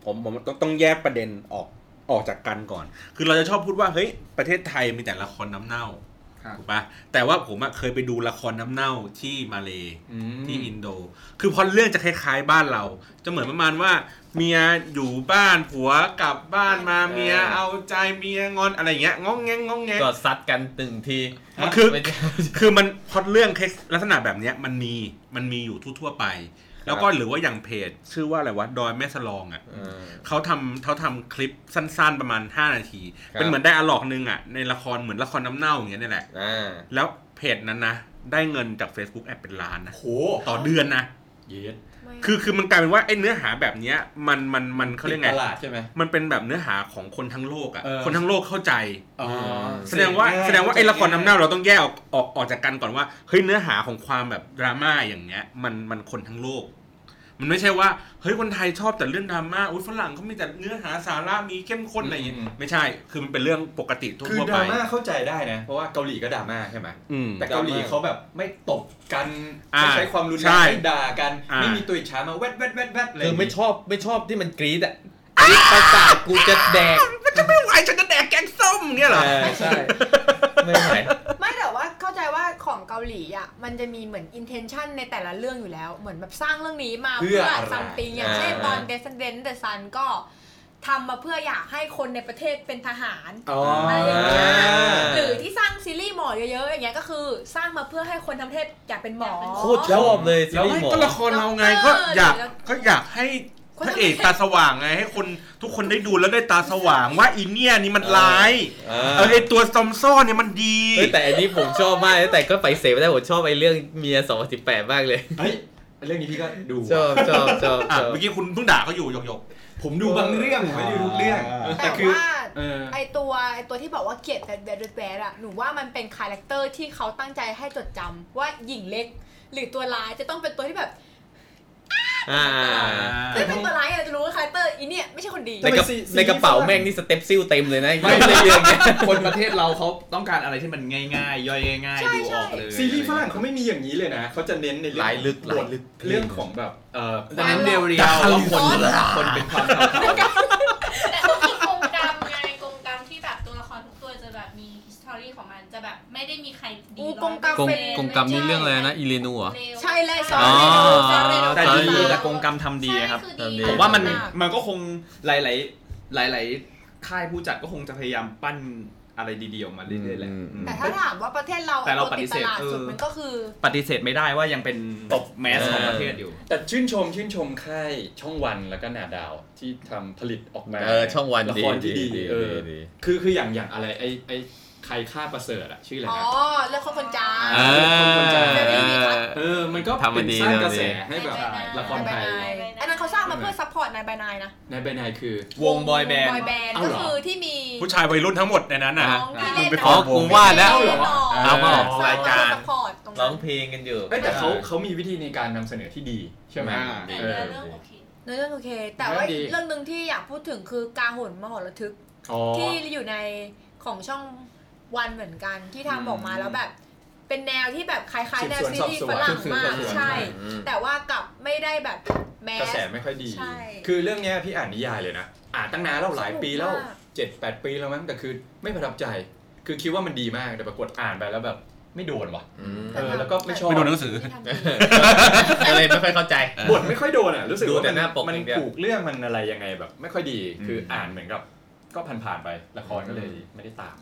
ผมผมต้องต้องแยกประเด็นออกออกจากกันก่อนคือเราจะชอบพูดว่าเฮ้ยประเทศไทยมีแต่ละครน้ำเน่าถูกป่ะแต่ว่าผมเคยไปดูละครน้ำเน่าที่มาเลที่อินโดคือพอเรื่องจะคล้ายๆบ้านเราจะเหมือนประมาณว่าเมียอยู่บ้านผัวกลับบ้านมาเมียเอาใจเมียงอนอะไรเงี้ยง้องแงงง้องแงงก็ซัดกันตึงทีคือคือมันพอเรื่องลักษณะแบบนี้มันมีมันมีอยู่ทั่วๆไปแล้วก็หรือว่าอย่างเพจชื่อว่าอะไรวะดอยแม่สลองอ่ะเขาทำเขาทำคลิปสั้นๆประมาณห้านาทีเป็นเหมือนได้อะล็อกนึงอ่ะในละครเหมือนละครน้ำเน่าอย่างเงี้ยนี่แหละแล้วเพจนั้นนะได้เงินจาก Facebook แอดเป็นล้านนะต่อเดือนนะเยสคือคือมันกลายเป็นว่าไอ้เนื้อหาแบบเนี้ยมันมันมันเขาเรียกไงตลาดใช่ไหมมันเป็นแบบเนื้อหาของคนทั้งโลกอ่ะคนทั้งโลกเข้าใจแสดงว่าแสดงว่าไอ้ละครน้ำเน่าเราต้องแยกออกออกออกจากกันก่อนว่าเฮ้ยเนื้อหาของความแบบดราม่าอย่างเงี้ยมันมันคนทั้งโลกมันไม่ใช่ว่าเฮ้ยคนไทยชอบแต่เรื่องดราม่าอุ้ยฝรั่งเขามีแต่เนื้อหาสาระมีเข้มข้นอะไรอย่างเงี้ยไม่ใช่คือมันเป็นเรื่องปกติทั่วไปคือดราม่าเข้าใจได้นะเพราะว่าเกาหลีก็ดราม่าใช่ไหมแต่เกาหลีเขาแบบไม่ตบกันไม่ใช้ความรุนแรงไม่ด่ากันไม่มีตัวอิจฉามาแวดแวดแวดแวดอะไรคือไม่ชอบไม่ชอบที่มันกรี๊ดอ่ะกรี๊ดประสาทกูจะแดกจะไม่ไหวฉันจะแดกแกงส้มเนี่ยเหรอใช่ไม่ไหวไม่แต่ว่าเข้าใจว่าของเกาหลีอ่ะมันจะมีเหมือน intention ในแต่ละเรื่องอยู่แล้วเหมือนแบบสร้างเรื่องนี้มาเพื่อซัมติงอย่างเช่นตอน Descendant the Sun ก็ทำมาเพื่ออยากให้คนในประเทศเป็นทหารอะไรอย่างเงี้ยหรือที่สร้างซีรีส์หมอเยอะๆอย่างเงี้ยก็คือสร้างมาเพื่อให้คนทั้งประเทศอยากเป็นหมอโคตรชอบเลยซีรีส์หมอก็ละครเราไงก็อยากก็อยากให้พระเอกตาสว่างไงให้คนทุกคนได้ดูแล้วได้ตาสว่างว่าอีเนี่ยนี่มันร้ายเออไอตัวซอมซ่อนเนี่ยมันดีแต่อันนี้ผมชอบมากแต่ก็ไปเสพไม่ได้ผมชอบไอเรื่องเมียสองพันสิบแปดมากเลยเฮ้ยเรื่องนี้พี่ก็ดูชอบชอบชอบเมื่อกี้คุณเพิ่งด่าเขาอยู่หยกๆผมดูบางเรื่องผมไม่ได้ดูทุกเรื่องแต่คือไอตัวไอตัวที่บอกว่าเกลียดแบดแบดแบดอะหนูว่ามันเป็นคาแรคเตอร์ที่เขาตั้งใจให้จดจำว่าหญิงเล็กหรือตัวร้ายจะต้องเป็นตัวที่แบบอ่าแต่เป็นตัวร้ายอ่ะจะรู้ว่าคาแรคเตอร์อีเนี่ยไม่ใช่คนดีในกระเป๋าแม่งนี่สเต็ปซิลเต็มเลยนะไม่ได้เยอะไงคนประเทศเราเขาต้องการอะไรที่มันง่ายๆย่อยง่ายๆดูออกเลยซีรีส์ฝรั่งเขาไม่มีอย่างนี้เลยนะเขาจะเน้นในเรื่องลึกเรื่องของแบบเอ่อจะเน้นเรียวๆแล้วคนคนเป็นความเท่าๆแต่ก็มีกงกรรมไงกงกรรมที่แบบตัวละครทุกตัวจะแบบมีฮิสตอรี่ของมันจะแบบไม่ได้มีใครดีกงกรรมกงกรรมนี่เรื่องอะไรนะอีเรนูเหรอใช่เลยซอเรโนซอเรโนแต่ดีแต่กงกรรมทำดีครับผมว่ามันมันก็คงหลายๆหลายๆค่ายผู้จัดก็คงจะพยายามปั้นอะไรดีๆออกมาเรื่อยๆแหละแต่ถ้าถามว่าประเทศเราแต่เราปฏิเสธสุดมันก็คือปฏิเสธไม่ได้ว่ายังเป็นตบแมสของประเทศอยู่แต่ชื่นชมชื่นชมค่ายช่องวันแล้วก็นาดาวที่ทำผลิตออกมาช่องวันละครที่ดีเออคือคืออย่างอย่างอะไรไอไอใครฆ่าประเสริฐอะชื่ออะไรนะอ๋อเรื่องคนคนจาคนจาเออมันก็เป็นสร้างกระแสให้แบบละครไทยอันนั้นเขาสร้างมาเพื่อซัพพอร์ตนายบายนายนะนายบายนายคือวงบอยแบนด์บอยแบนด์ก็คือที่มีผู้ชายวัยรุ่นทั้งหมดในนั้นน่ะอ๋อกูว่าแล้วเอามาออกรายการร้องเพลงกันอยู่แต่เขาเขามีวิธีในการนำเสนอที่ดีใช่ไหมเออเรื่องโอเคเรื่องโอเคแต่ว่าเรื่องนึงที่อยากพูดถึงคือกาหนมหรทึกที่อยู่ในของช่องวันเหมือนกันที่ทำออกมาแล้วแบบเป็นแนวที่แบบคล้ายๆแนวซีรีส์ฝรั่งมากใช่แต่ว่ากับไม่ได้แบบแมสกระแสไม่ค่อยดีคือเรื่องนี้พี่อ่านนิยายเลยนะอ่านตั้งนานแล้วหลายปีแล้ว เจ็ดแปด ปีแล้วมั้งแต่คือไม่ประทับใจคือคิดว่ามันดีมากแต่ปรากฏอ่านไปแล้วแบบไม่โดนว่ะเออแล้วก็ไม่ชอบไม่โดนหนังสืออะไรไม่ค่อยเข้าใจบทไม่ค่อยโดนอ่ะรู้สึกว่ามันผูกเรื่องมันอะไรยังไงแบบไม่ค่อยดีคืออ่านเหมือนกับก็ผ่านๆไปละครก็เลยไม่ได้ตาม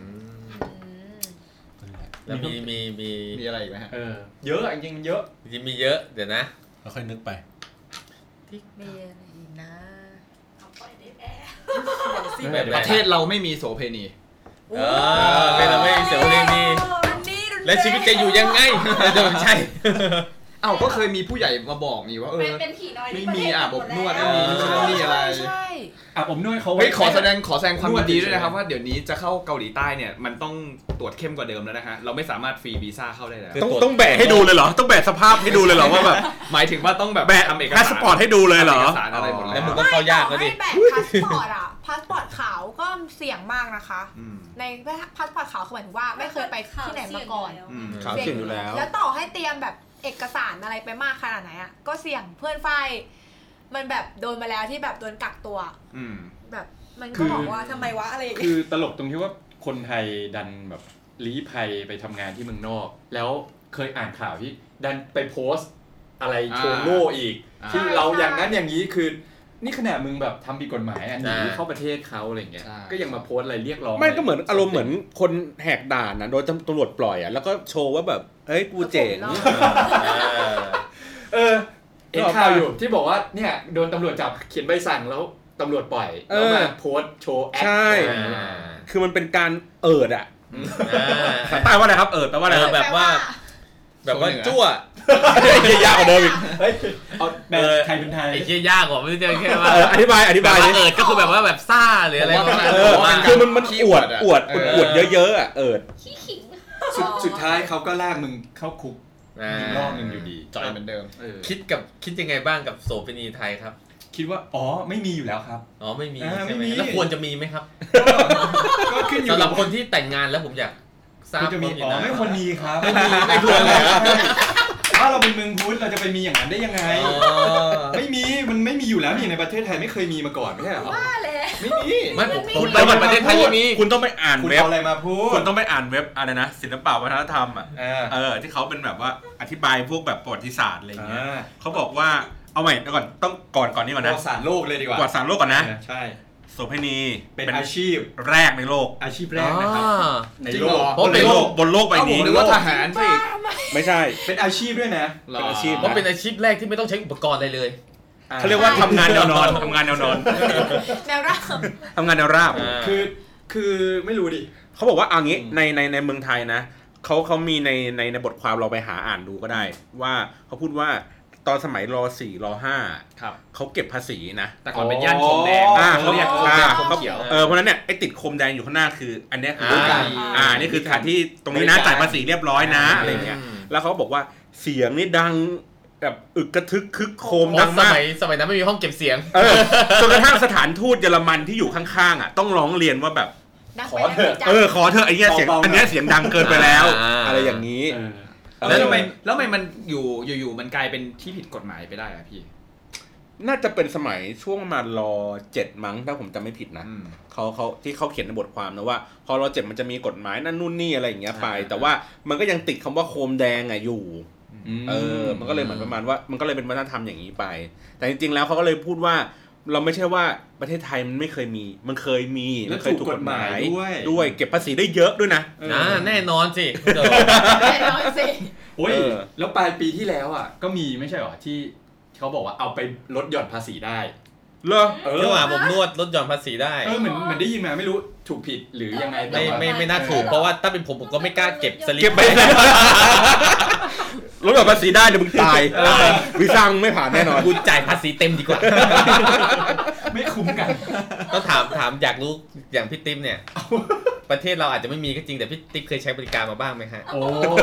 แล้วมีมีมีมีอะไรอีกไหมฮะเออเยอะจริงๆเยอะจริงมีเยอะเดี๋ยวนะค่อยนึกไปที่มีอะไรอีกนะเอาปล่อยได้แอบประเทศเราไม่มีโสเพณีเออเป็นเราไม่มีโสเพณีและชีวิตจะอยู่ยังไงจะไม่ใช่อ้าวก็เคยมีผู้ใหญ่มาบอกนี่ว่าเออไม่มีอาบอบนวดไม่มีนู่นนี่อะไรอาบอบนวดเขาเฮ้ยขอแสดงขอแสดงความยินดีด้วยนะครับว่าเดี๋ยวนี้จะเข้าเกาหลีใต้เนี่ยมันต้องตรวจเข้มกว่าเดิมแล้วนะฮะเราไม่สามารถฟรีวีซ่าเข้าได้แล้วต้องต้องแบะให้ดูเลยเหรอต้องแบะสภาพให้ดูเลยเหรอว่าแบบหมายถึงว่าต้องแบบแบะทำเอกสารพาสปอร์ตให้ดูเลยเหรออะไรหมดแล้วมึงก็เข้ายากแล้วดิแบะพาสปอร์ตอ่ะพาสปอร์ตขาวก็เสี่ยงมากนะคะในพาสปอร์ตขาวคือหมายถึงว่าไม่เคยไปที่ไหนมาก่อนขาวเสี่ยงอยู่แล้วแล้วต่อให้เตรียมแบบเอกสารอะไรไปมากขนาดไหนอ่ะก็เสี่ยงเพื่อนฝ่ายมันแบบโดนมาแล้วที่แบบโดนกักตัวแบบมันก็บอกว่าทำไมวะอะไรอย่างเงี้ยคือตลกตรงที่ว่าคนไทยดันแบบลี้ภัยไปทำงานที่เมืองนอกแล้วเคยอ่านข่าวที่ดันไปโพสต์อะไรโชว์โง่อีกที่เราอย่างนั้นอย่างนี้คือนี่ขนาดมึงแบบทำผิดกฎหมายอ่ะหนีเข้าประเทศเขาอะไรเงี้ยก็ยังมาโพสต์อะไรเรียกร้องไม่ก็เหมือนอารมณ์เหมือนคนแหกด่านนะโดนตำรวจปล่อยอ่ะแล้วก็โชว์ว่าแบบเฮ้ยกูเจ๋งเออเห็นข่าวอยู่ที่บอกว่าเนี่ยโดนตำรวจจับเขียนใบสั่งแล้วตำรวจปล่อยแล้วมาโพสต์โชว์แอคใช่คือมันเป็นการเอิดอ่ะภาษาใต้ว่าอะไรครับเอิดแปลว่าอะไรแบบว่าแบบว่าจั่วเยี่ยยากกว่าเดิมอีกเฮ้ยเอาแบบไทยเป็นไทยไอ้เยี่ยยากกว่าไม่ใช่แค่ว่าอธิบายอธิบายเอิดก็คือแบบว่าแบบซ่าหรืออะไรประมาณนั้นคือมันมันอวดอวดอวดเยอะๆอ่ะเอิดสุดท้ายเขาก็ลากมึงเข้าคุกอีกรอบนึงอยู่ดีจ่อยเหมือนเดิมคิดกับคิดยังไงบ้างกับโสเภณีไทยครับคิดว่าอ๋อไม่มีอยู่แล้วครับอ๋อไม่มีใช่ไหมแล้วควรจะมีไหมครับก็ขึ้นอยู่สำหรับคนที่แต่งงานแล้วผมอยากทราบจะมีอ๋อไม่ควรมีครับไม่มีไม่ควรเลยถ้าเราเป็นเมืองพุทธเราจะไปมีอย่างนั้นได้ยังไงไม่มีมันไม่มีอยู่แล้วนี่ในประเทศไทยไม่เคยมีมาก่อนไม่ใช่หรอว่าเลยไม่มีไม่ผมพูดไปประเทศไทยมีคุณต้องไปอ่านเว็บอะไรมาพูดคุณต้องไปอ่านเว็บอะไรนะศิลปะวัฒนธรรมอ่ะเออที่เขาเป็นแบบว่าอธิบายพวกแบบประวัติศาสตร์อะไรอย่างเงี้ยเขาบอกว่าเอาใหม่ก่อนต้องก่อนก่อนนี้ก่อนนะประวัติศาสตร์โลกเลยดีกว่าประวัติศาสตร์โลกก่อนนะใช่โสเภณีเป็นอาชีพแรกในโลกอาชีพแรกนะครับในโลกบนโลกบนโลกใบนี้หรือว่าทหารสิไม่ใช่เป็นอาชีพด้วยนะเป็นอาชีพเพราะเป็นอาชีพแรกที่ไม่ต้องใช้อุปกรณ์อะไรเลยเขาเรียกว่าทำงานแนวนอนทำงานแนวนอนแนวราบทำงานแนวราบคือคือไม่รู้ดิเขาบอกว่าเอางี้ในในในเมืองไทยนะเขาเขามีในในในบทความเราไปหาอ่านดูก็ได้ว่าเขาพูดว่าตอนสมัยร.สี่ ร.ห้าครับเขาเก็บภาษีนะแต่ก่อนเป็นย่านโคมแดงเขาเรียกโคมแดงโคมเขียวเออเพราะนั้นเนี่ยไอ้ติดโคมแดงอยู่ข้างหน้าคืออันนี้คืออ่านี่คือสถานที่ตรงนี้นะจ่ายภาษีเรียบร้อยนะอะไรเงี้ยแล้วเขาบอกว่าเสียงนี่ดังแบบอึกกระทึกคึกโคมดังมากสมัยสมัยนั้นไม่มีห้องเก็บเสียงเออจนกระทั่งสถานทูตเยอรมันที่อยู่ข้างๆอ่ะต้องร้องเรียนว่าแบบขอเถอะเออขอเถอะไอ้เงี้ยเสียงอันเนี้ยเสียงดังเกินไปแล้วอะไรอย่างนี้แล้วทำไมแล้วทำไมมันอยู่อยู่ๆมันกลายเป็นที่ผิดกฎหมายไปได้อะพี่น่าจะเป็นสมัยช่วงประมาณร.เจ็ดมั้งถ้าผมจำไม่ผิดนะเขาเขาที่เขาเขียนในบทความนะว่าพอร.เจ็ดมันจะมีกฎหมายนั่นนู่นนี่อะไรอย่างเงี้ยไปแต่ว่ามันก็ยังติดคำว่าโคมแดงอ่ะอยู่เออมันก็เลยเหมือนประมาณว่ามันก็เลยเป็นวัฒนธรรมอย่างนี้ไปแต่จริงๆแล้วเขาก็เลยพูดว่าเราไม่ใช่ว่าประเทศไทยมันไม่เคยมีมันเคยมีมันเคยถูกกฎหมายด้วยด้วยเก็บภาษีได้เยอะด้วยนะอ่าแน่นอนสิแน่นอนสิโอ้ยแล้วปลายปีที่แล้วอ่ะก็มีไม่ใช่หรอที่เขาบอกว่าเอาไปลดหย่อนภาษีได้เหรอเออว่าผมนวดลดหย่อนภาษีได้เออเหมือนเหมือนได้ยินมาไม่รู้ถูกผิดหรือยังไงไม่ไม่ไม่น่าถูกเพราะว่าถ้าเป็นผมผมก็ไม่กล้าเก็บสลิปไปลดหย่อนภาษีได้เดี๋ยวมึงตายวีซ่ามึงไม่ผ่านแน่นอนกูจ่ายภาษีเต็มดีกว่าไม่คุ้มกันต้องถามถามอยากรู้อย่างพี่ติ๊มเนี่ยประเทศเราอาจจะไม่มีก็จริงแต่พี่ติ๊มเคยใช้บริการมาบ้างไหมฮะโอ้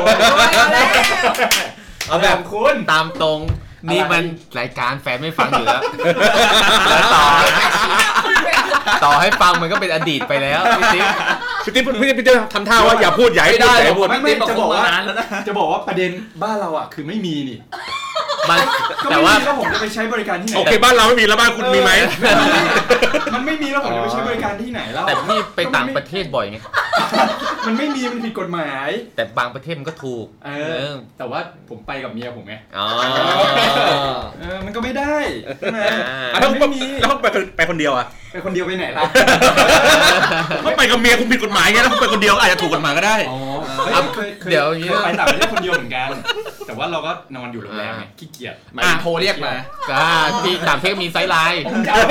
เอาแบบคุณตามตรงนี่มันรายการแฟนไม่ฟังอยู่แล้วแล้วต่อต่อให้ฟังมันก็เป็นอดีตไปแล้วพี่ติ๊มพี่ติ๊มพี่ติ๊มพี่ติ๊มทำท่าว่าอย่าพูดใหญ่ไม่ได้ไม่ไม่จะบอกว่าจะบอกว่าประเด็นบ้านเราอ่ะคือไม่มีนี่แต่ว่าแล้วผมจะไปใช้บริการที่ไหนโอเคบ้านเราไม่มีแล้วบ้านคุณมีไหมมันไม่มีแล้วผมจะไปใช้บริการที่ไหนแล้วแต่พี่ไปต่างประเทศบ่อยไงมันไม่มีมันผิดกฎหมายแต่บางประเทศมันก็ถูกเออแต่ว่าผมไปกับเมียผมไงอ๋อเออมันก็ไม่ได้ใช่ไหมแล้วไม่มีแล้วไปไปคนเดียวอ่ะไปคนเดียวไปไหนล่ะก็ไปกับเมียคุณผิดกฎหมายไงแล้วไปคนเดียวอาจจะถูกกฎหมายก็ได้อ๋อเดี๋ยวนี้ไปต่างประเทศคนเดียวเหมือนกันแต่ว่าเราก็นอนอยู่โรงแรมไงขี้เกียจมาโทรเรียกมาอ่าที่ต่างประเทศมีไซส์ไลน์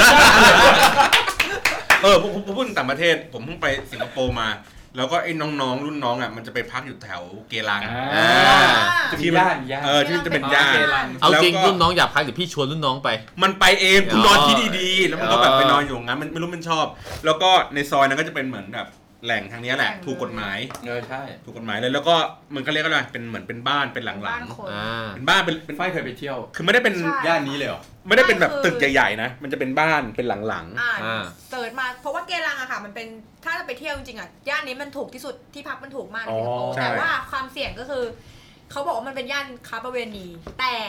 เออผมผมพูดต่างประเทศผมเพิ่งไปสิงคโปร์มาแล้วก็ไอ้น้องๆรุ่นน้องอ่ะมันจะไปพักอยู่แถวเกลังอ่าที่ย่านเออที่จะเป็นย่านเอาจริงรุ่นน้องอยากพักเดี๋ยวพี่ชวนรุ่นน้องไปมันไปเองคุณนอนที่ดีๆแล้วมันก็แบบไปนอนอยู่งั้นมันไม่รู้มันชอบแล้วก็ในซอยนั้นก็จะเป็นเหมือนแบบแหล่งทางนี้แหละถูกกฎหมายเออใช่ถูกกฎหมายเลยแล้วก็มันก็เรียกว่าอะไรเป็นเหมือนเป็นบ้านเป็นหลังๆอ่าเป็นบ้านเป็นเป็นฝ้ายเคยไปเที่ยวคือไม่ได้เป็นย่านนี้เลยเหรอไม่ได้เป็นแบบตึกใหญ่ๆนะมันจะเป็นบ้านเป็นหลังๆอ่าเสิร์ชมาเพราะว่าเกลังอะค่ะมันเป็นถ้าจะไปเที่ยวจริงๆอะย่านนี้มันถูกที่สุดที่พักมันถูกมากในสิงคโปร์แต่ว่าความเสี่ยงก็คือเขาบอกว่ามันเป็นย่านค้าประเวณีแต่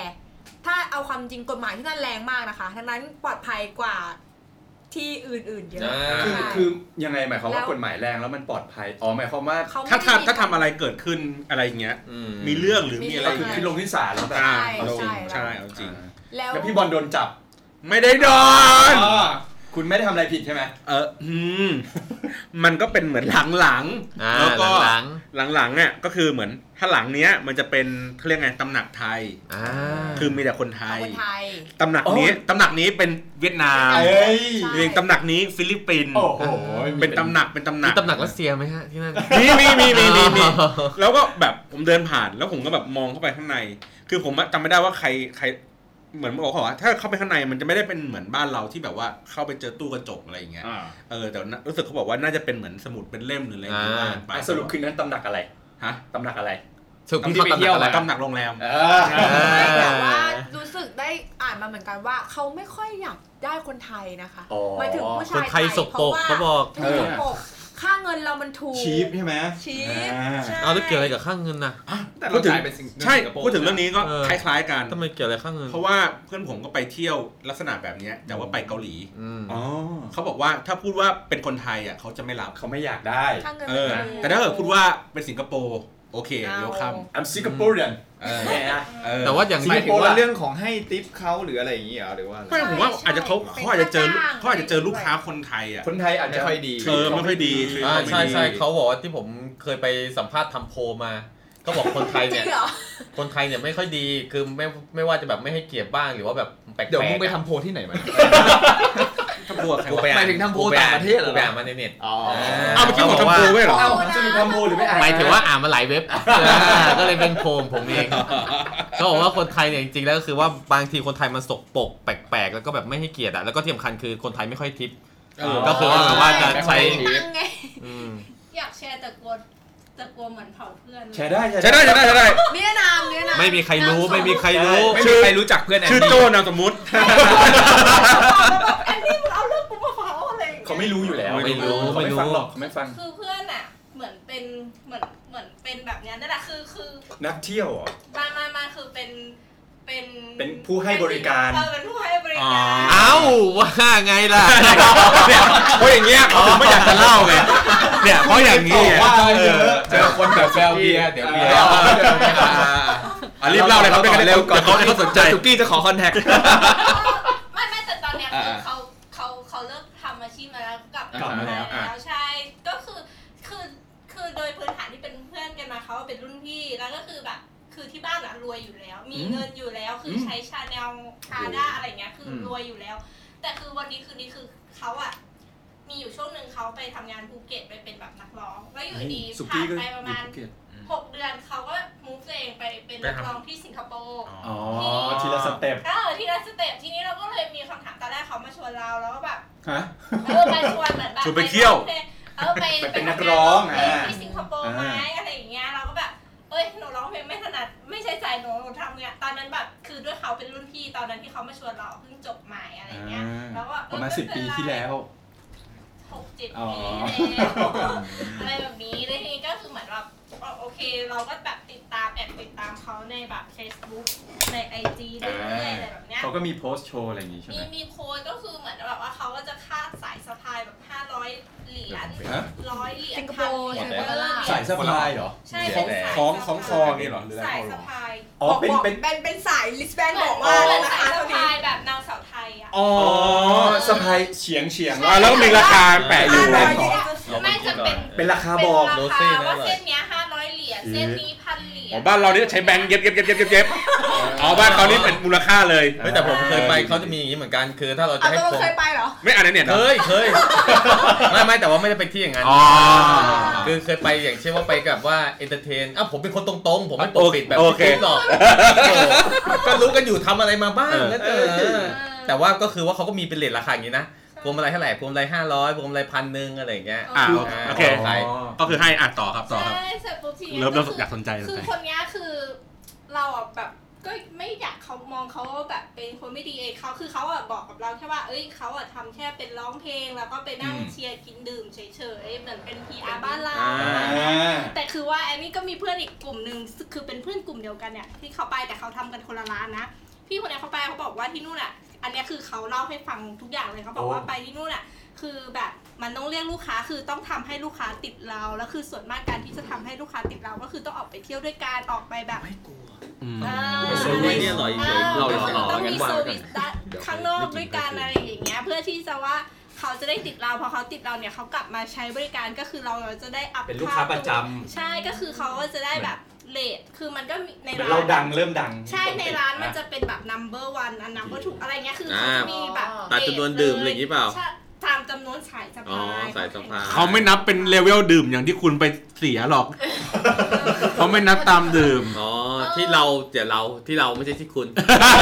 ถ้าเอาความจริงกฎหมายที่นั่นแรงมากนะคะทั้งนั้นปลอดภัยกว่าที่อื่นๆเยอะคือคือยังไงหมายความว่ากฎหมายแรงแล้วมันปลอดภัยอ๋อหมายความว่าถ้าทำถ้าทำอะไรเกิดขึ้นอะไรอย่างเงี้ยมีเรื่องหรือมีอะไรคือคือลงที่ศาลแล้วแบบใช่ใช่เอาจริงแล้วพี่บอลโดนจับไม่ได้โดนคุณไม่ได้ทำอะไรผิดใช่ไหมเอออืมมันก็เป็นเหมือนหลังๆแล้วก็หลังๆเนี่ยก็คือเหมือนถ้าหลังเนี้ยมันจะเป็นเขาเรียกไงตำหนักไทยคือมีแต่คนไทยตำหนักนี้ตำหนักนี้เป็นเวียดนามเองตำหนักนี้ฟิลิปปินส์เป็นตำหนักเป็นตำหนักตำหนักรัสเซียไหมฮะที่นั่นมีมีมีมีมีมีแล้วก็แบบผมเดินผ่านแล้วผมก็แบบมองเข้าไปข้างในคือผมจำไม่ได้ว่าใครใครเหมือนบอกเขาว่าถ้าเข้าไปข้างในมันจะไม่ได้เป็นเหมือนบ้านเราที่แบบว่าเข้าไปเจอตู้กระจกอะไรอย่างเงี้ยเออแต่รู้สึกเขาบอกว่าน่าจะเป็นเหมือนสมุดเป็นเล่มหรืออะไรอย่างเงี้ยไปสรุปคือนั้นตำหนักอะไรฮะตำหนักอะไรที่ไปเที่ยวตำหนักโรงแรมแต่ว่ารู้สึกได้อ่านมาเหมือนกันว่าเขาไม่ค่อยอยากได้คนไทยนะคะหมายถึงผู้ชายไทยสกปรกเขาบอกสกปรกค่าเงินเรามันถูกชีพใช่ไหมชีพเอาแล้วเกี่ยวอะไรกับค่าเงินนะพูดถึงใช่พูดถึงเรื่องนี้ก็คล้ายๆกันทำไมเกี่ยวอะไรค่าเงินเพราะว่าเพื่อนผมก็ไปเที่ยวลักษณะแบบนี้แต่ว่าไปเกาหลีเขาบอกว่าถ้าพูดว่าเป็นคนไทยอ่ะเขาจะไม่รับเขาไม่อยากได้แต่ถ้าเกิดพูดว่าเป็นสิงคโปร์โอเคเวลคัม I'm Singaporean แต่ว่าอย่างหมายถึงว่าเรื่องของให้ทิปเขาหรืออะไรอย่างเงี้ยหรือว่าไม่ผมว่าอาจจะเขาเขาอาจจะเจอเขาอาจจะเจอลูกค้าคนไทยอ่ะคนไทยอาจจะไม่ค่อยดีเออไม่ค่อยดีใช่ใช่เขาบอกว่าที่ผมเคยไปสัมภาษณ์ทำโพมาก็บอกคนไทยเนี่ยคนไทยเนี่ยไม่ค่อยดีคือไม่ไม่ว่าจะแบบไม่ให้เกียรติบ้างหรือว่าแบบแปลกๆเดี๋ยวมึงไปทำโพที่ไหนมาทำโพใครหมายถึงทำโพต่างประเทศเหรอไปอ่านมาในเน็ตอ๋อเอาเมื่อกี้บอกทำโพไว้เหรอจะมีทำโพหรือไม่อ่านหมายถึงว่าอ่านมาหลายเว็บก็เลยเป็นโพมผมเองก็บอกว่าคนไทยเนี่ยจริงๆแล้วก็คือว่าบางทีคนไทยมันสกปรกแปลกๆแล้วก็แบบไม่ให้เกียรติอ่ะแล้วก็ที่สำคัญคือคนไทยไม่ค่อยทิปก็คือว่าแบบว่าจะใช้อยากแชร์แต่กลัวจะกลัวเหมือนเผาเพื่อนแชร์ได้แชร์ได้แชร์ได้แชร์ได้เนียนามเนียนามไม่มีใครรู้ไม่มีใครรู้ไม่มีใครรู้จักเพื่อนแอนชื่อโจนามสมมุติแอนนี่มึงเอาเรื่องกูมาเผาอะไรเขาไม่รู้อยู่แล้วไม่รู้ไม่ฟังหรอกไม่ฟังคือเพื่อนอ่ะเหมือนเป็นเหมือนเหมือนเป็นแบบนี้นั่นแหละคือคือนักเที่ยวอ่ะมามามาคือเป็นเป็นเป็นผู้ให้บริการเออเป็นผู้ให้บริการเอ้าว่าไงล่ะเนี่ยเพราะอย่างเงี้ยเขาถึงไม่อยากจะเล่าไงเนี่ยเพราะอย่างนี้เจอคนแบบแซวเบียร์เดี๋ยวเบียร์อ่ะรีบเล่าเลยครับเร็วก่อนเขาเขาสนใจทุกกี้จะขอคอนแทคไม่ไม่แต่ตอนเนี้ยคือเขาเขาเขาเลิกทำอาชีพมาแล้วกลับมาแล้วใช่ก็คือคือคือโดยพื้นฐานที่เป็นเพื่อนกันมาเขาเป็นรุ่นพี่แล้วก็คือแบบคือที่บ้านอะรวยอยู่แล้วมีเงินอยู่แล้วคือใช้ชาแนลพาด้าอะไรเงี้ยคือรวยอยู่แล้วแต่คือวันนี้คืนนี้คือเขาอะมีอยู่ช่วงหนึ่งเขาไปทำงานภูเก็ตไปเป็นแบบนักร้องแล้วอยู่ดีผ่านไปประมาณหกเดือนเขาก็มูฟตัวเองไปเป็นนักร้องที่สิงคโปร์อ๋อทีละสเต็ปเออทีละสเต็ปทีนี้เราก็เลยมีคำถามตอนแรกเขามาชวนเราแล้วก็แบบฮะเออมาชวนเหมือนแบบชวนไปเที่ยวเออไปเป็นนักร้องที่สิงคโปร์ไหมอะไรอย่างเงี้ยเราก็แบบเอ้ยหนูร้องเพลงไม่ถนัดไม่ใช่ใจหนูหนูทำเนี่ยตอนนั้นแบบคือด้วยเขาเป็นรุ่นพี่ตอนนั้นที่เขามาชวนเราเพิ่งจบใหม่อะไรเงี้ยแล้วก็ประมาณสิบปีที่แล้วหกเจ็ดปีแล้วอะไรแบบนี้แล้วทีนี้ก็คือเหมือนแบบโอเคเราก็แบบติดตามแอบติดตามเขาในแบบ Facebook ใน ไอ จี เรื่อยๆอะไรแบบเนี้ยเขาก็มีโพสต์โชว์อะไรอย่างงี้ใช่ไหมมีมีโพสต์ก็คือเหมือนแบบว่าเขาก็จะคาดสายสะพายแบบห้าร้อยเหรียญร้อยเหรียญสิงคโปร์สายสะพายเหรอใช่ของของคอนี่เหรอหรือสายสะพายอ๋อเป็นเป็นเป็นเป็นสายลิสแบนบอกว่าสายสะพายแบบนางสาวไทยอ่ะอ๋อสะพายเฉียงเฉียงแล้วก็มีราคาแปะอยู่ไม่จะเป็นเป็นราคาบอกราคาว่าเส้นเนี้ยห้าร้อยเหรียญเส้นนี้พันเหรียญอ๋อบ้านเรานี่ใช้แบงค์เย็บเย็บเย็บเย็บเย็บอ๋อบ้านเขานี่เป็นมูลค่าเลยแต่ผมเคยไปเขาจะมีอย่างนี้เหมือนกันคือถ้าเราจะให้ผมเคยไปเหรอไม่อ่านในเน็ตเคยเคยไม่ไม่แต่ว่าไม่ได้ไปที่อย่างนั้นคือเคยไปอย่างเช่นว่าไปกับว่าเอนเตอร์เทนอ้าวผมเป็นคนตรงๆผมไม่ปกปิดแบบนี้หรอกก็รู้กันอยู่ทำอะไรมาบ้างแล้วเจอแต่ว่าก็คือว่าเขาก็มีเป็นเรทราคาอย่างนี้นะพวงมาลัยเท่าไหร่พวงมาลัยห้าร้อยพวงมาลัยพันหนึ่งอะไรอย่างเงี้ยอ่าโอเคก็คือให้อ่ะต่อครับต่อครับเริ่มเริ่มอยากสนใจคือคนนี้คือเราอ่ะแบบก็ไม่อยากเขามองเขาแบบเป็นคนไม่ดีเองเขาคือเขาอ่ะบอกกับเราแค่ว่าเอ้ยเขาอ่ะทำแค่เป็นร้องเพลงแล้วก็ไปนั่งเชียร์กินดื่มเฉยๆเหมือนเป็น พี อาร์ บ้านเราแต่คือว่าแอนนี่ก็มีเพื่อนอีกกลุ่มนึงคือเป็นเพื่อนกลุ่มเดียวกันเนี่ยที่เขาไปแต่เขาทำกันคนละร้านนะพพี่คนนี้เขาไปเขาบอกว่าที่นู่นอ่ะอันนี้คือเขาเล่าให้ฟังทุกอย่างเลยเขาบอกว่าไปที่นู่นอ่ะคือแบบมันต้องเรียกลูกค้าคือต้องทำให้ลูกค้าติดเราแล้วคือส่วนมากการที่จะทำให้ลูกค้าติดเราก็คือต้องออกไปเที่ยวด้วยกันออกไปแบบไม่กลัวเซอร์วิสเนี่ยหรอเราต้องมีเซอร์วิสข้างนอกด้วยกันอะไรอย่างเงี้ยเพื่อที่จะว่าเขาจะได้ติดเราพอเขาติดเราเนี่ยเขากลับมาใช้บริการก็คือเราจะได้อัพเป็นลูกค้าประจำใช่ก็คือเขาก็จะได้แบบเลทคือมันก็ในร้านเราดังเริ่มดังใช่ในร้านมันจะเป็นแบบ number one อัน number two อะไรเงี้ยคือเขาจะมีแบบตามจำนวนดื่มอะไรอย่างงี้เปล่าตามจำนวนสายสะพายสายสะพายเขาไม่นับเป็นเลเวลดื่มอย่างที่คุณไปเสียหรอกเขาไม่นับตามดื่มอ๋อที่เราเดี๋ยวเราที่เราไม่ใช่ที่คุณ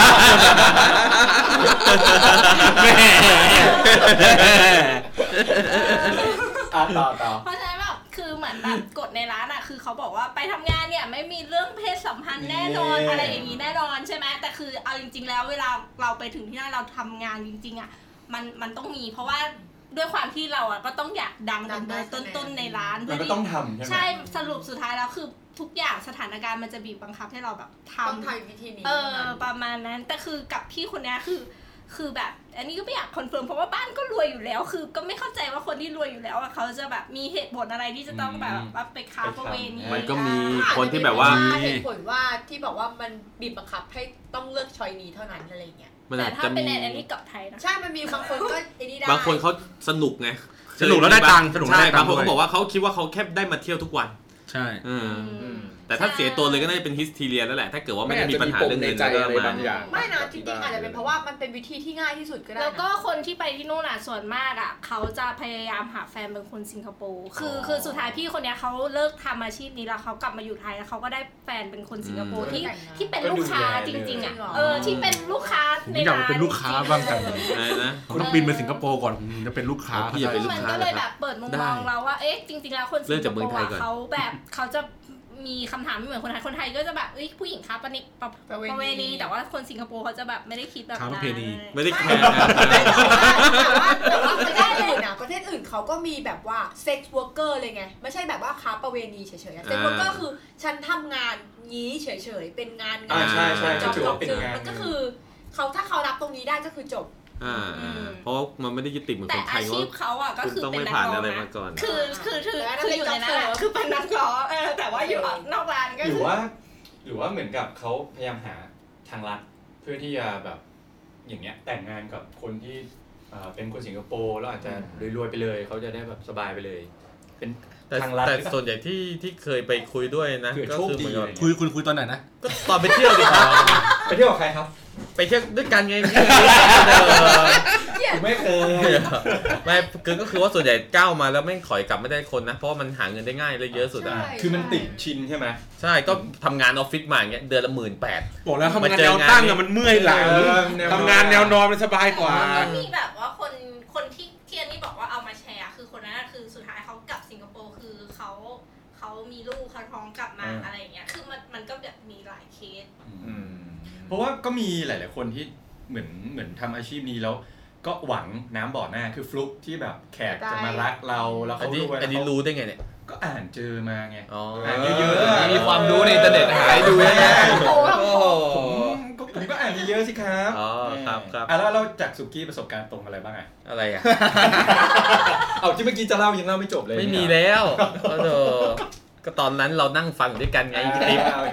อ่ะต่อต่อเพราะฉะนั้นแบบคือเหมือนแบบกฎในร้านอ่ะคือเขาบอกว่าไปทำงานเนี่ยไม่มีเรื่องเพศสัมพันธ์แน่นอนอะไรอย่างนี้แน่นอนใช่ไหมแต่คือเอาจริงๆแล้วเวลาเราไปถึงที่นั่นเราทำงานจริงๆอ่ะมันมันต้องมีเพราะว่าด้วยความที่เราอ่ะก็ต้องอยากดังดังต้นๆในร้านเพื่อที่ต้องทำใช่สรุปสุดท้ายแล้วคือทุกอย่างสถานการณ์มันจะบีบบังคับให้เราแบบทำต้องทำวิธีนี้เออประมาณนั้นแต่คือกับพี่คนนี้คือคือแบบอันนี้ก็ไม่อยากคอนเฟิร์มเพราะว่าบ้านก็รวยอยู่แล้วคือก็ไม่เข้าใจว่าคนที่รวยอยู่แล้วเขาจะแบบมีเหตุผลอะไรที่จะต้องแบบว่าไปค้าประเวณีมันก็มีคนที่แบบว่าเหตุผลว่าที่บอกว่ามันบีบบังคับให้ต้องเลือกชอยนี้เท่านั้นอะไรเงี้ยแต่ถ้าเป็นอันนี้กับไทยนะใช่มันมีบางคนก็ไอ้นี่ได้บางคนเขาสนุกไงสนุกแล้วได้ตังค์สนุกใช่บางคนเขาบอกว่าเขาคิดว่าเขาแค่ได้มาเที่ยวทุกวันใช่แต่ถ้าเสียตัวเลยก็น่าจะเป็นฮิสทีเรียแล้วแหละถ้าเกิดว่าไม่ได้มีปัญหาเรื่องเงินก็มาไม่นะจริงๆอาจจะเป็นเพราะว่ามันเป็นวิธีที่ง่ายที่สุดก็ได้แล้วก็คนที่ไปที่นู่นอ่ะส่วนมากอ่ะเขาจะพยายามหาแฟนเป็นคนสิงคโปร์คือคือสุดท้ายพี่คนนี้เขาเลิกทำอาชีพนี้แล้วเขากลับมาอยู่ไทยแล้วเขาก็ได้แฟนเป็นคนสิงคโปร์ที่ที่เป็นลูกค้าจริงๆอ่ะเออที่เป็นลูกค้าในร้านอยากเป็นลูกค้าบ้างจังเลยนะคุณต้องบินไปสิงคโปร์ก่อนจะเป็นลูกค้าพี่เป็นลูกค้ามันก็เลยแบบเปิดมุมมองเราว่าเอ๊ะจริงๆแล้วคนสิงคโปร์เขาแบบเขาจะมีคำถามไม่เหมือนคนไทยคนไทยก็จะแบบผู้หญิงค้าประนิประเวณีแต่ว่าคนสิงคโปร์เขาจะแบบไม่ได้คิดแบบนั้นไม่ได้แคร์แต่ว่าประเทศอื่นอ่ะประเทศอื่นเขาก็มีแบบว่าเซ็กซ์วอร์เกอร์เลยไงไม่ใช่แบบว่าค้าประเวณีเฉยๆเซ็กซ์วอร์เกอร์คือฉันทำงานงี้เฉยๆเป็นงานงานใช่ใช่ก็ถือว่าเป็นงานมันก็คือเขาถ้าเขารับตรงนี้ได้ก็คือจบอ่าเพราะมันไม่ได้ยึดติดเหมือนคนไทยว่าแต่อาชีพเขาอ่ะก็คือเป็นนักร้องนะคือคือคือคืออยู่ในนั้นคือเป็นนักร้องเออแต่ว่าอยู่นอกร้านก็หรือว่าหรือว่าเหมือนกับเขาพยายามหาทางลัดเพื่อที่จะแบบอย่างเงี้ยแต่งงานกับคนที่เป็นคนสิงคโปร์แล้วอาจจะรวยๆไปเลยเขาจะได้แบบสบายไปเลยเป็นทางลัดแต่ส่วนใหญ่ที่ที่เคยไปคุยด้วยนะก็คือเหมือนกับคุยคุณคุยตอนไหนนะก็ตอนไปเที่ยวดิครับไปเที่ยวกับใครครับไปเที่ยวด้วยกันไงไม่เคยไม่คือก็คือว่าส่วนใหญ่ก้าวมาแล้วไม่ถอยกลับไม่ได้คนนะเพราะว่ามันหาเงินได้ง่ายเลยเยอะสุดอ่ะคือมันติดชินใช่ไหมใช่ก็ทำงานออฟฟิศมาอย่างเงี้ยเดือนละหมื่นแปดบอกแล้วทำงานแนวตั้งอะมันเมื่อยหลังทำงานแนวนอนมันสบายกว่ามันมีแบบว่าคนคนที่ที่อันนี้บอกว่าเอามาแชร์คือคนนั้นคือสุดท้ายเขากลับสิงคโปร์คือเขาเขามีลูกเขาท้องกลับมาอะไรอย่างเงี้ยคือมันมันก็แบบมีหลายเคสเพราะว่าก็มีหลายๆคนที่เหมือนเหมือนทำอาชีพนี้แล้วก็หวังน้ำบ่อหน้าคือฟลุกที่แบบแขกจะมารักเราแล้วเขารู้อันนี้รู้ได้ไงเนี่ยก็อ่านเจอมาไงอ่านเยอะๆมีความรู้ในอินเทอร์เน็ตหายดูแน่ผมผมก็อ่านเยอะสิครับอ๋อครับครับอ่ะแล้วเราจากสุกี้ประสบการณ์ตรงอะไรบ้างอ่ะอะไรอ่ะเอาที่เมื่อกี้จะเล่ายังเล่าไม่จบเลยไม่มีแล้วก็โธ่ก็ตอนนั้นเรานั่งฟังด้วยกันไงติ๊บโอเค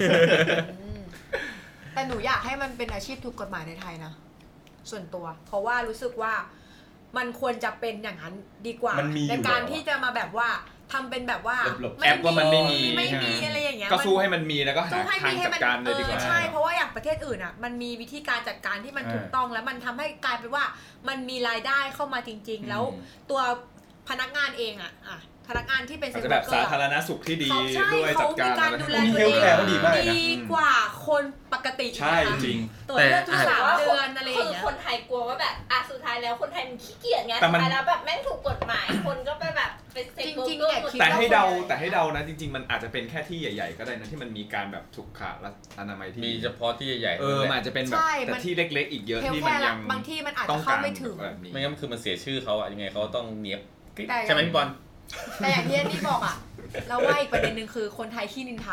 แต่หนูอยากให้มันเป็นอาชีพถูกกฎหมายในไทยนะส่วนตัวเพราะว่ารู้สึกว่ามันควรจะเป็นอย่างนั้นดีกว่าในการที่จะมาแบบว่าทำเป็นแบบว่าแอปว่ามันไม่มีไม่มีอะไรอย่างเงี้ยก็สู้ให้มันมีแล้วก็หาทางจัดการเลยดีกว่าใช่เพราะว่าอย่างประเทศอื่นอ่ะมันมีวิธีการจัดการที่มันถูกต้องแล้วมันทำให้กลายเป็นว่ามันมีรายได้เข้ามาจริงๆแล้วตัวพนักงานเองอ่ะพนักงานที่เป็นเซ็กซ์เวิร์กเกอร์แบบสาธารณสุขที่ดีด้วยจัดการดูแลตัวเองดีกว่าคนปกติใช่จริงตัวเลือกทุกสามเดือนอะไรอย่างเงี้ยคือคนไทยกลัวว่าแบบอ่ะสุดท้ายแล้วคนไทยมันขี้เกียจไงแต่แล้วแบบแม่งถูกกฎหมายคนก็ไปแบบเป็นเซ็กซ์เวิร์กเกอร์แต่ให้เดาแต่ให้เดานะจริงๆมันอาจจะเป็นแค่ที่ใหญ่ๆก็ได้นะที่มันมีการแบบสุขอนามัยที่มีเฉพาะที่ใหญ่ๆเออมันอาจจะเป็นแบบแต่ที่เล็กๆอีกเยอะที่มันยังบางที่มันอาจจะเข้าไม่ถึงไม่งั้นคือมันเสียชื่อเขาอะยังไงเขาต้องเนียบใช่ไหมพี่บอลแต่อย่างที่นี่บอกอ่ะเราว่าอีกประเด็นหนึ่งคือคนไทยขี้นินทา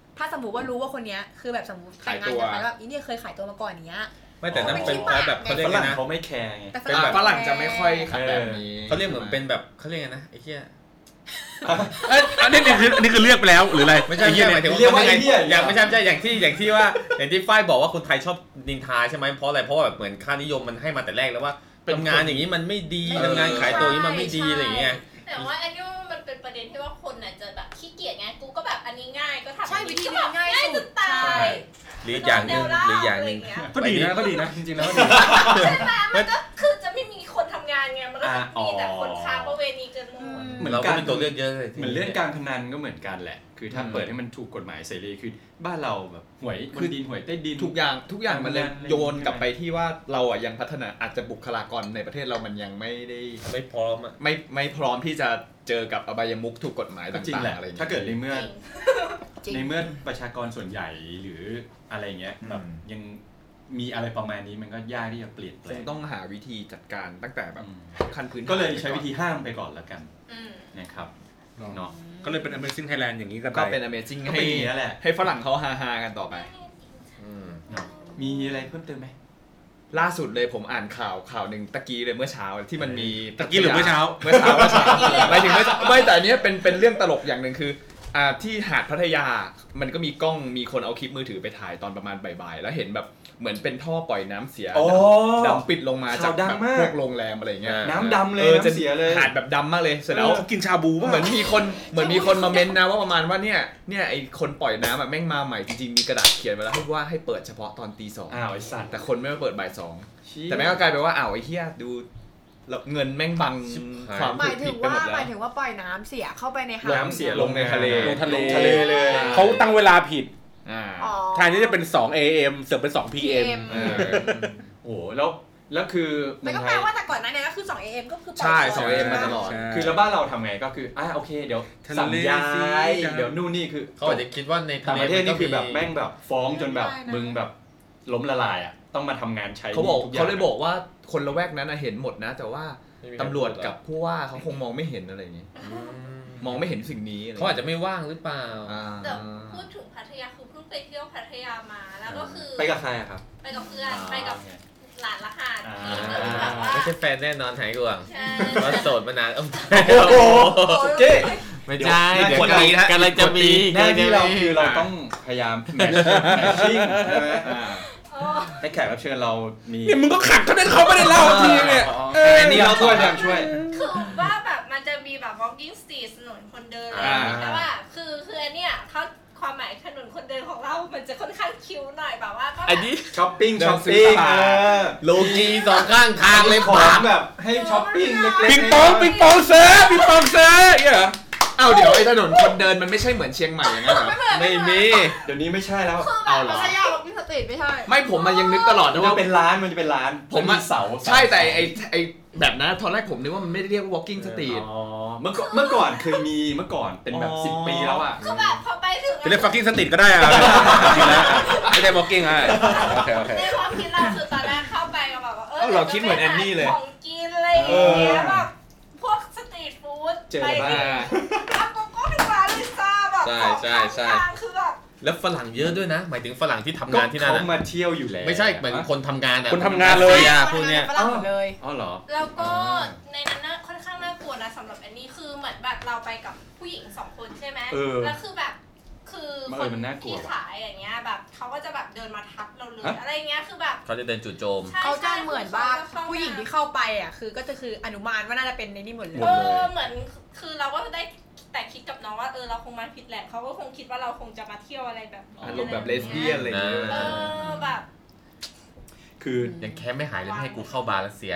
ถ้าสมมติว่ารู้ว่าคนเนี้ยคือแบบสมมติแต่งงานกันไปแบบอีเนี่ยเคยขายตัวมาก่อนอย่างเงี้ยไม่แต่นั่นเป็นเพราะแบบเขาเรียกไงนะเขาไม่แคร์ไงเป็นแบบฝรั่งจะไม่ค่อยขัดแบบนี้เขาเรียกเหมือนเป็นแบบเขาเรียกไงนะไอ้เหี้ยอันนี้นี่คืออันนี้คือเรียกไปแล้วหรืออะไรไม่ใช่ไม่ใช่หมายถึงว่าเขาไงอย่างไม่ใช่ไม่ใช่อย่างที่อย่างที่ว่าอย่างที่ฝ้ายบอกว่าคนไทยชอบนินทาใช่ไหมเพราะอะไรเพราะว่าแบบเหมือนค่านิยมมันให้มาแต่แรกแล้วว่าทำงานอย่างนี้มันไม่ดีทำงานขายตัวนี้มันไม่ดีอะไรอย่างเงี้ยแต่ว่าอันนี้มันเป็นประเด็นที่ว่าคนน่ะจะแบบขี้เกียจไงกูก็แบบอันนี้ง่ายก็ทำใช่วิธีง่ายสุดตายหรืออย่างนึงหรืออย่างนึงก็ดีนะก็ดีนะจริงๆแล้วก็ดีใช่ไหมมันก็คือจะไม่มีคนทำงานไงมันก็จะมีแต่คนค้าประเวณีกันหมดเหมือนเราก็เป็นตัวเลือกเยอะเลยเหมือนเรื่องการพนันก็เหมือนกันแหละคือถ้าเปิดให้มันถูกกฎหมายเสรีคือบ้านเราแบบหวยบนดินหวยใต้ดินทุกอย่างทุกอย่างมันเลยโยนกลับไปที่ว่าเราอ่ะยังพัฒนาอาจจะบุคลากรในประเทศเรามันยังไม่ได้ไม่พร้อมอ่ะไม่ไม่พร้อมที่จะเจอกับอบายมุขถูกกฎหมายต่างๆอะไรถ้าเกิดในเมื่อในเมื่อประชากรส่วนใหญ่หรืออะไรเงี้ยแบบยังมีอะไรประมาณนี้มันก็ยากที่จะเปลี่ยนแปลงต้องหาวิธีจัดการตั้งแต่แบบขั้นพื้นก็เลยใช้วิธีห้ามไปก่อนละกันนะครับเนาะก็เลยเป็น Amazing Thailand อย่างนี้กันไปก็เป็น Amazing ให้ให้ฝรั่งเขาฮาๆกันต่อไปมีอะไรเพิ่มเติมไหมล่าสุดเลยผมอ่านข่าวข่าวหนึ่งตะกี้เลยเมื่อเช้าที่มันมีตะกี้หรือเมื่อเช้าเมื่อเช้าเมื่อเช้าไม่ถึงไม่ไม่แต่อันนี้เป็นเป็นเรื่องตลกอย่างนึงคืออ่าที่หาดพัทยามันก็มีกล้องมีคนเอาคลิปมือถือไปถ่ายตอนประมาณบ่ายๆแล้วเห็นแบบเหมือนเป็นท่อปล่อยน้ำเสียดำปิดลงมาจากแบบพวกโรงแรมอะไรเงี้ยน้ำดำเลยน้ำเสียเลยหาดแบบดำมากเลยเสร็จแล้วเขากินชาบูป่ะเหมือนมีคนเหมือนมีคนมาเม้นนะว่าประมาณว่าเนี่ยเนี่ยไอคนปล่อยน้ำแบบแม่งมาใหม่จริงๆมีกระดาษเขียนไว้แล้วให้ว่าให้เปิดเฉพาะตอนตีสองอ้าวไอสัตว์แต่คนไม่มาเปิดบ่ายสองแต่แม่งก็กลายเป็นว่าอ้าวไอเหี้ยดูเงินแม่งบังความหมายถึงว่าหมายถึงว่าปล่อยน้ำเสียเข้าไปในหาดน้ำเสียลงในทะเลลงทะเลทะเลเลยเขาตั้งเวลาผิดแทนที่จะเป็นสอง เอ เอ็ม เสือกเป็นสอง พี เอ็มโอ้แล้วแล้วคือมันก็แปลว่าแต่ก่อนนั้นเนี่ยก็คือสอง เอ เอ็ม ก็คือใช่สอง เอ เอ็ม มาตลอดคือแล้วบ้านเราทำไงก็คืออ่ะโอเคเดี๋ยวสั่งย้ายเดี๋ยวนู่นนี่คือเขาอาจจะคิดว่าในต่างประเทศนี่คือแบบแม่งแบบฟ้องจนแบบมึงแบบล้มละลายอ่ะต้องมาทำงานใช้เขาบอกเขาเลยบอกว่าคนละแวกนั้นเห็นหมดนะแต่ว่าตำรวจกับผู้ว่าเขาคงมองไม่เห็นอะไรอย่างงี้มองไม่เห็นสิ่งนี้เขาอาจจะไม่ว่างหรือเปล่าแต่พูดถึงพัทยาคือเพิ่งไปเที่ยวพัทยามาแล้วก็คือไปกับใครอะครับไปกับเพื่อนไปกับหลานละหาดไม่ใช่แฟนแน่นอนหายกวางเพราะโสดมานานโอ้โหเจ๊ไม่ใช่เดี๋ยวกำลังจะมีหน้าที่เราคือเราต้องพยายามแมทชิ่งใช่ไหมให้แขกรับเชิญเรามีนี่มึงก็ขัดเขาได้เขาไม่ได้เล่าทีเนี่ยเออนี่เราช่วยกันช่วยคือว่าแบบมันจะมีแบบ walking street ถนนคนเดินอะไรอย่างเงี้ยแต่ว่าคือคืออันเนี้ยเขาความหมายถนนคนเดินของเรามันจะค่อนข้างคิ้วหน่อยแบบว่าก็อันนี้ช้อปปิ้งช้อปปิ้งโลกีสองข้างทางเลยของแบบให้ช้อปปิ้งเล็กๆปิงปองปิงปองเซ่ปิงปองเซ่เนี่ยเหรออ้าวเดี๋ยวไอ้ถนนคนเดินมันไม่ใช่เหมือนเชียงใหม่อย่างนั้นเหรอไม่มีเดี๋ยวนี้ไม่ใช่แล้วเอาเหรอพัทยา walking street ไม่ใช่ไม่ผมมันยังนึกตลอดนะว่าเป็นร้านมันจะเป็นร้านผมมีเสาใช่แต่ไอ้ไอ้แบบนั้นตอนแรกผมนึกว่ามันไม่ได้เรียกว่า walking street อ๋อเมื่อเมื่อก่อนเคยมีเมื่อก่อนเป็นแบบสิบปีแล้วอ่ะคือแบบพอไปถึงจะเรียก fucking street ก็ได้อ่ะไม่ได้ walking อ่ะโอเคโอเคในความคิดเราคือตอนแรกเข้าไปก็แบบว่าเออเราคิดเหมือนแอนนี่เลยของกินอะไรอย่างเงี้ยแบบพวกสตรีทฟู้ดไปดิแล้วก็ก็ถึงร้านลิซ่าแบบของทางคือแบบแล้วฝรั่งเยอะด้วยนะหมายถึงฝรั่งที่ทำงานที่นั่นเขามาเที่ยวอยู่แล้วไม่ใช่เหมือนคนทำงานอ่ะคนทำงานเลยอ่ะพวกเนี้ยฝรั่งหมดเลยอ๋อเหรอแล้วก็ในนั้นน่ะค่อนข้างน่ากลัวนะสำหรับอันนี้คือเหมือนแบบเราไปกับผู้หญิงสองคนใช่ไหมแล้วคือแบบคือคนที่ขายอย่างเงี้ยแบบเขาก็จะแบบเดินมาทับเราเลยอะไรเงี้ยคือแบบเขาจะเดินจู่โจมเขาจะเหมือนว่าผู้หญิงที่เข้าไปอ่ะคือก็จะคืออนุมานว่าน่าจะเป็นในนี่หมดเลยเออเหมือนคือเราก็ได้แต่คิดกับน้องว่าเออเราคงมาผิดแหละเขาก็คงคิดว่าเราคงจะมาเที่ยวอะไรแบบอารมณ์แบบเลสเบี้ยนอะไรอย่างเงี้ยเออแบบคือยังแค่ไม่หายเลยไม่ให้กูเข้าบาร์รัสเซีย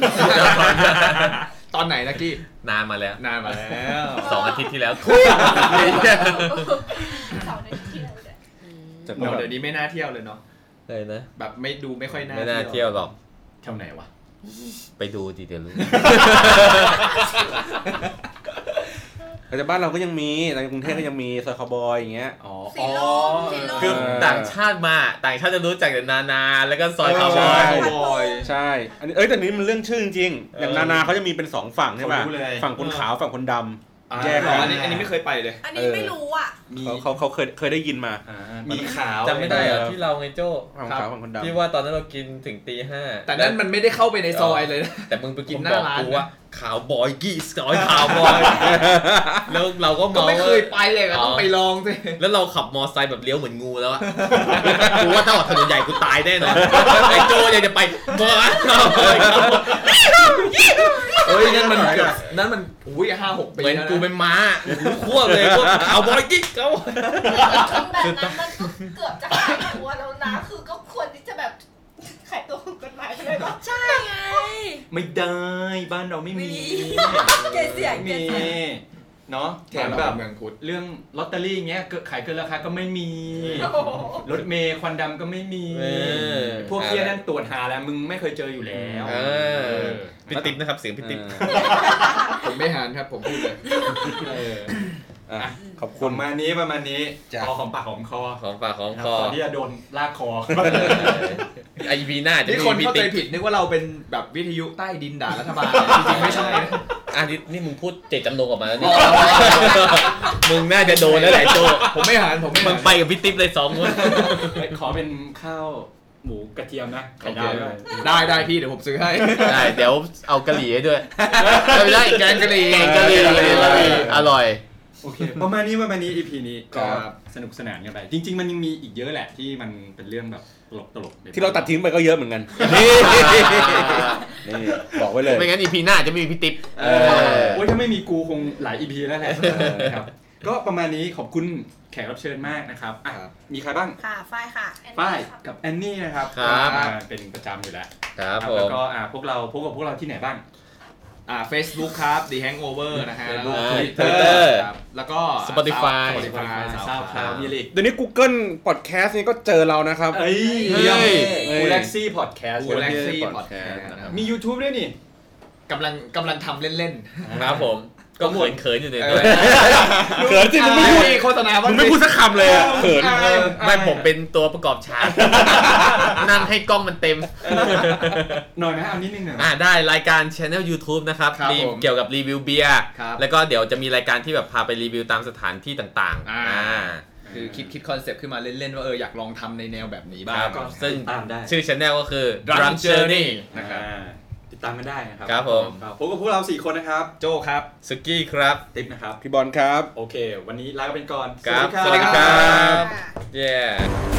ตอนไหนนะกี้นานมาแล้วนานมาแล้วสองอาทิตย์ที่แล้วสองอาทิตย์ที่แล้วเดี๋ยวนี้ไม่น่าเที่ยวเลยเนาะเลยนะแบบไม่ดูไม่ค่อยน่าไม่น่าเที่ยวหรอกเที่ยวไหนวะไปดูดิเดี๋ยวรู้แต่บ้านเราก็ยังมีในกรุงเทพก็ยังมีซอยคาวบอยอย่างเงี้ยอ๋อคือต่างชาติมาต่างชาติจะรู้จักแต่นานาแล้วก็ซอยคาวบอยใช่อันนี้เอ้ยแต่นี้มันเรื่องชื่อจริงๆอย่างนานาเขาจะมีเป็นสองฝั่งใช่ป่ะฝั่งคนขาวฝั่งคนดแยกอันนี้อันนี้ไม่เคยไปเลยอันนี้ไม่รู้อ่ะเขาเขาเคยเคยได้ยินมามีขาวจำไม่ได้เหรอที่เราไงโจ้ขาวของคนดำที่ว่าตอนนั้นเรากินถึงตีห้าแต่นั้นมันไม่ได้เข้าไปในซอยเลยนะแต่มึงไปกินหน้าร้านกูว่าขาวบอยกี่ซอยขาวบอยแล้วเราก็ก็ไม่เคยไปเลยก็ต้องไปลองสิแล้วเราขับมอไซค์แบบเลี้ยวเหมือนงูแล้วอะกูว่าถ้าออกถนนใหญ่กูตายแน่นอนไอ้โจ้ยังจะไปเบอร์เฮ้ยนั่นมันเกือบนั่นมันอุ้ยห้าหกปีเหมือนกูเป็นม้าขั้วเลยพวกขาวบอยกิ๊กเขาแบบนั้นมันเกือบจะขายตัวแล้วนะคือก็ควรที่จะแบบขายตัวถูกกฎหมายไปเลยป่ะใช่ไงไม่ได้บ้านเราไม่มีเกษียณมีเนาะแถมแบบเรื่องลอตเตอรี่เงี้ยขายเกินราคาก็ไม่มีรถเมย์ควันดำก็ไม่มีพวกเที่ยนั่นตรวจหาแล้วมึงไม่เคยเจออยู่แล้วพี่ติ๊บนะครับเสียงพี่ติ๊บผมไม่หานครับผมพูดเลยขอบคุณมานี้ประมาณนี้พอของปากของคอของปากของคอที่จะโดนลากคอไอพีหน้าจะมีคนเข้าใจผิดนึกว่าเราเป็นแบบวิทยุใต้ดินด่ารัฐบาลจริงๆไม่ใช่อันนี้นี่มึงพูดเจตจำนงออกมาแล้วนี่มึงน่าจะโดนแล้วแหละโจผมไม่หานผมไม่มึงไปกับพี่ติ๊บเลยสองคนขอเป็นข้าวหมูกระเทียมนะไข่ดาวด้วยได้ได้พี่เดี๋ยวผมซื้อให้ได้เดี๋ยวเอากะหรี่ให้ด้วยไม่ได้แกงกะหรี่แกงกะหรี่อร่อยโอเคประมาณนี้ประมาณนี้ อี พี นี้ก็สนุกสนานกันไปจริงๆมันยังมีอีกเยอะแหละที่มันเป็นเรื่องแบบตลกตลกที่เราตัดทิ้งไปก็เยอะเหมือนกันนี่บอกไว้เลยไม่งั้น อี พี หน้าจะไม่มีพี่ติ๊บโอ้ยถ้าไม่มีกูคงหลาย อี พี แล้วแหละครับก็ประมาณนี้ขอบคุณแขกรับเชิญมากนะครับมีใครบ้างค่ะฝ้ายค่ะฝ้ายกับแอนนี่นะครับเป็นประจำอยู่แล้วแล้วก็พวกเราพบกับพวกเราที่ไหนบ้างอ่า Facebook ครับ The Hangover นะฮะ Twitter ครับแล้วก็ Spotify Spotify SoundCloud มีลิกเดี๋ยวนี้ Google Podcast นี่ก็เจอเรานะครับเอ้ย Galaxy Podcast Galaxy Podcast มี YouTube ด้วยนี่กำลังกำลังทำเล่นๆครับผมก็เขินเขินอยู่เลยเขินจริงมึงไม่พูดโฆษณามึงไม่พูดสักคำเลยอ่ะเขินไม่ผมเป็นตัวประกอบฉากนั่งให้กล้องมันเต็มหน่อยนะเอานิดนึงหน่อยอ่าได้รายการ Channel YouTube นะครับเกี่ยวกับรีวิวเบียร์แล้วก็เดี๋ยวจะมีรายการที่แบบพาไปรีวิวตามสถานที่ต่างๆอ่าคือคิดคิดคอนเซปต์ขึ้นมาเล่นๆว่าเอออยากลองทำในแนวแบบนี้บ้างซึ่งชื่อ Channel ก็คือ Drunk Journey นะครับติดตามกันได้นะครับครับผมพบกับพวกเราสี่คนนะครับโจครับสกี้ครับติ๊บนะครับพี่บอลครับโอเควันนี้ลาไปก่อนสวัสดีครับสวัสดีครับ yeah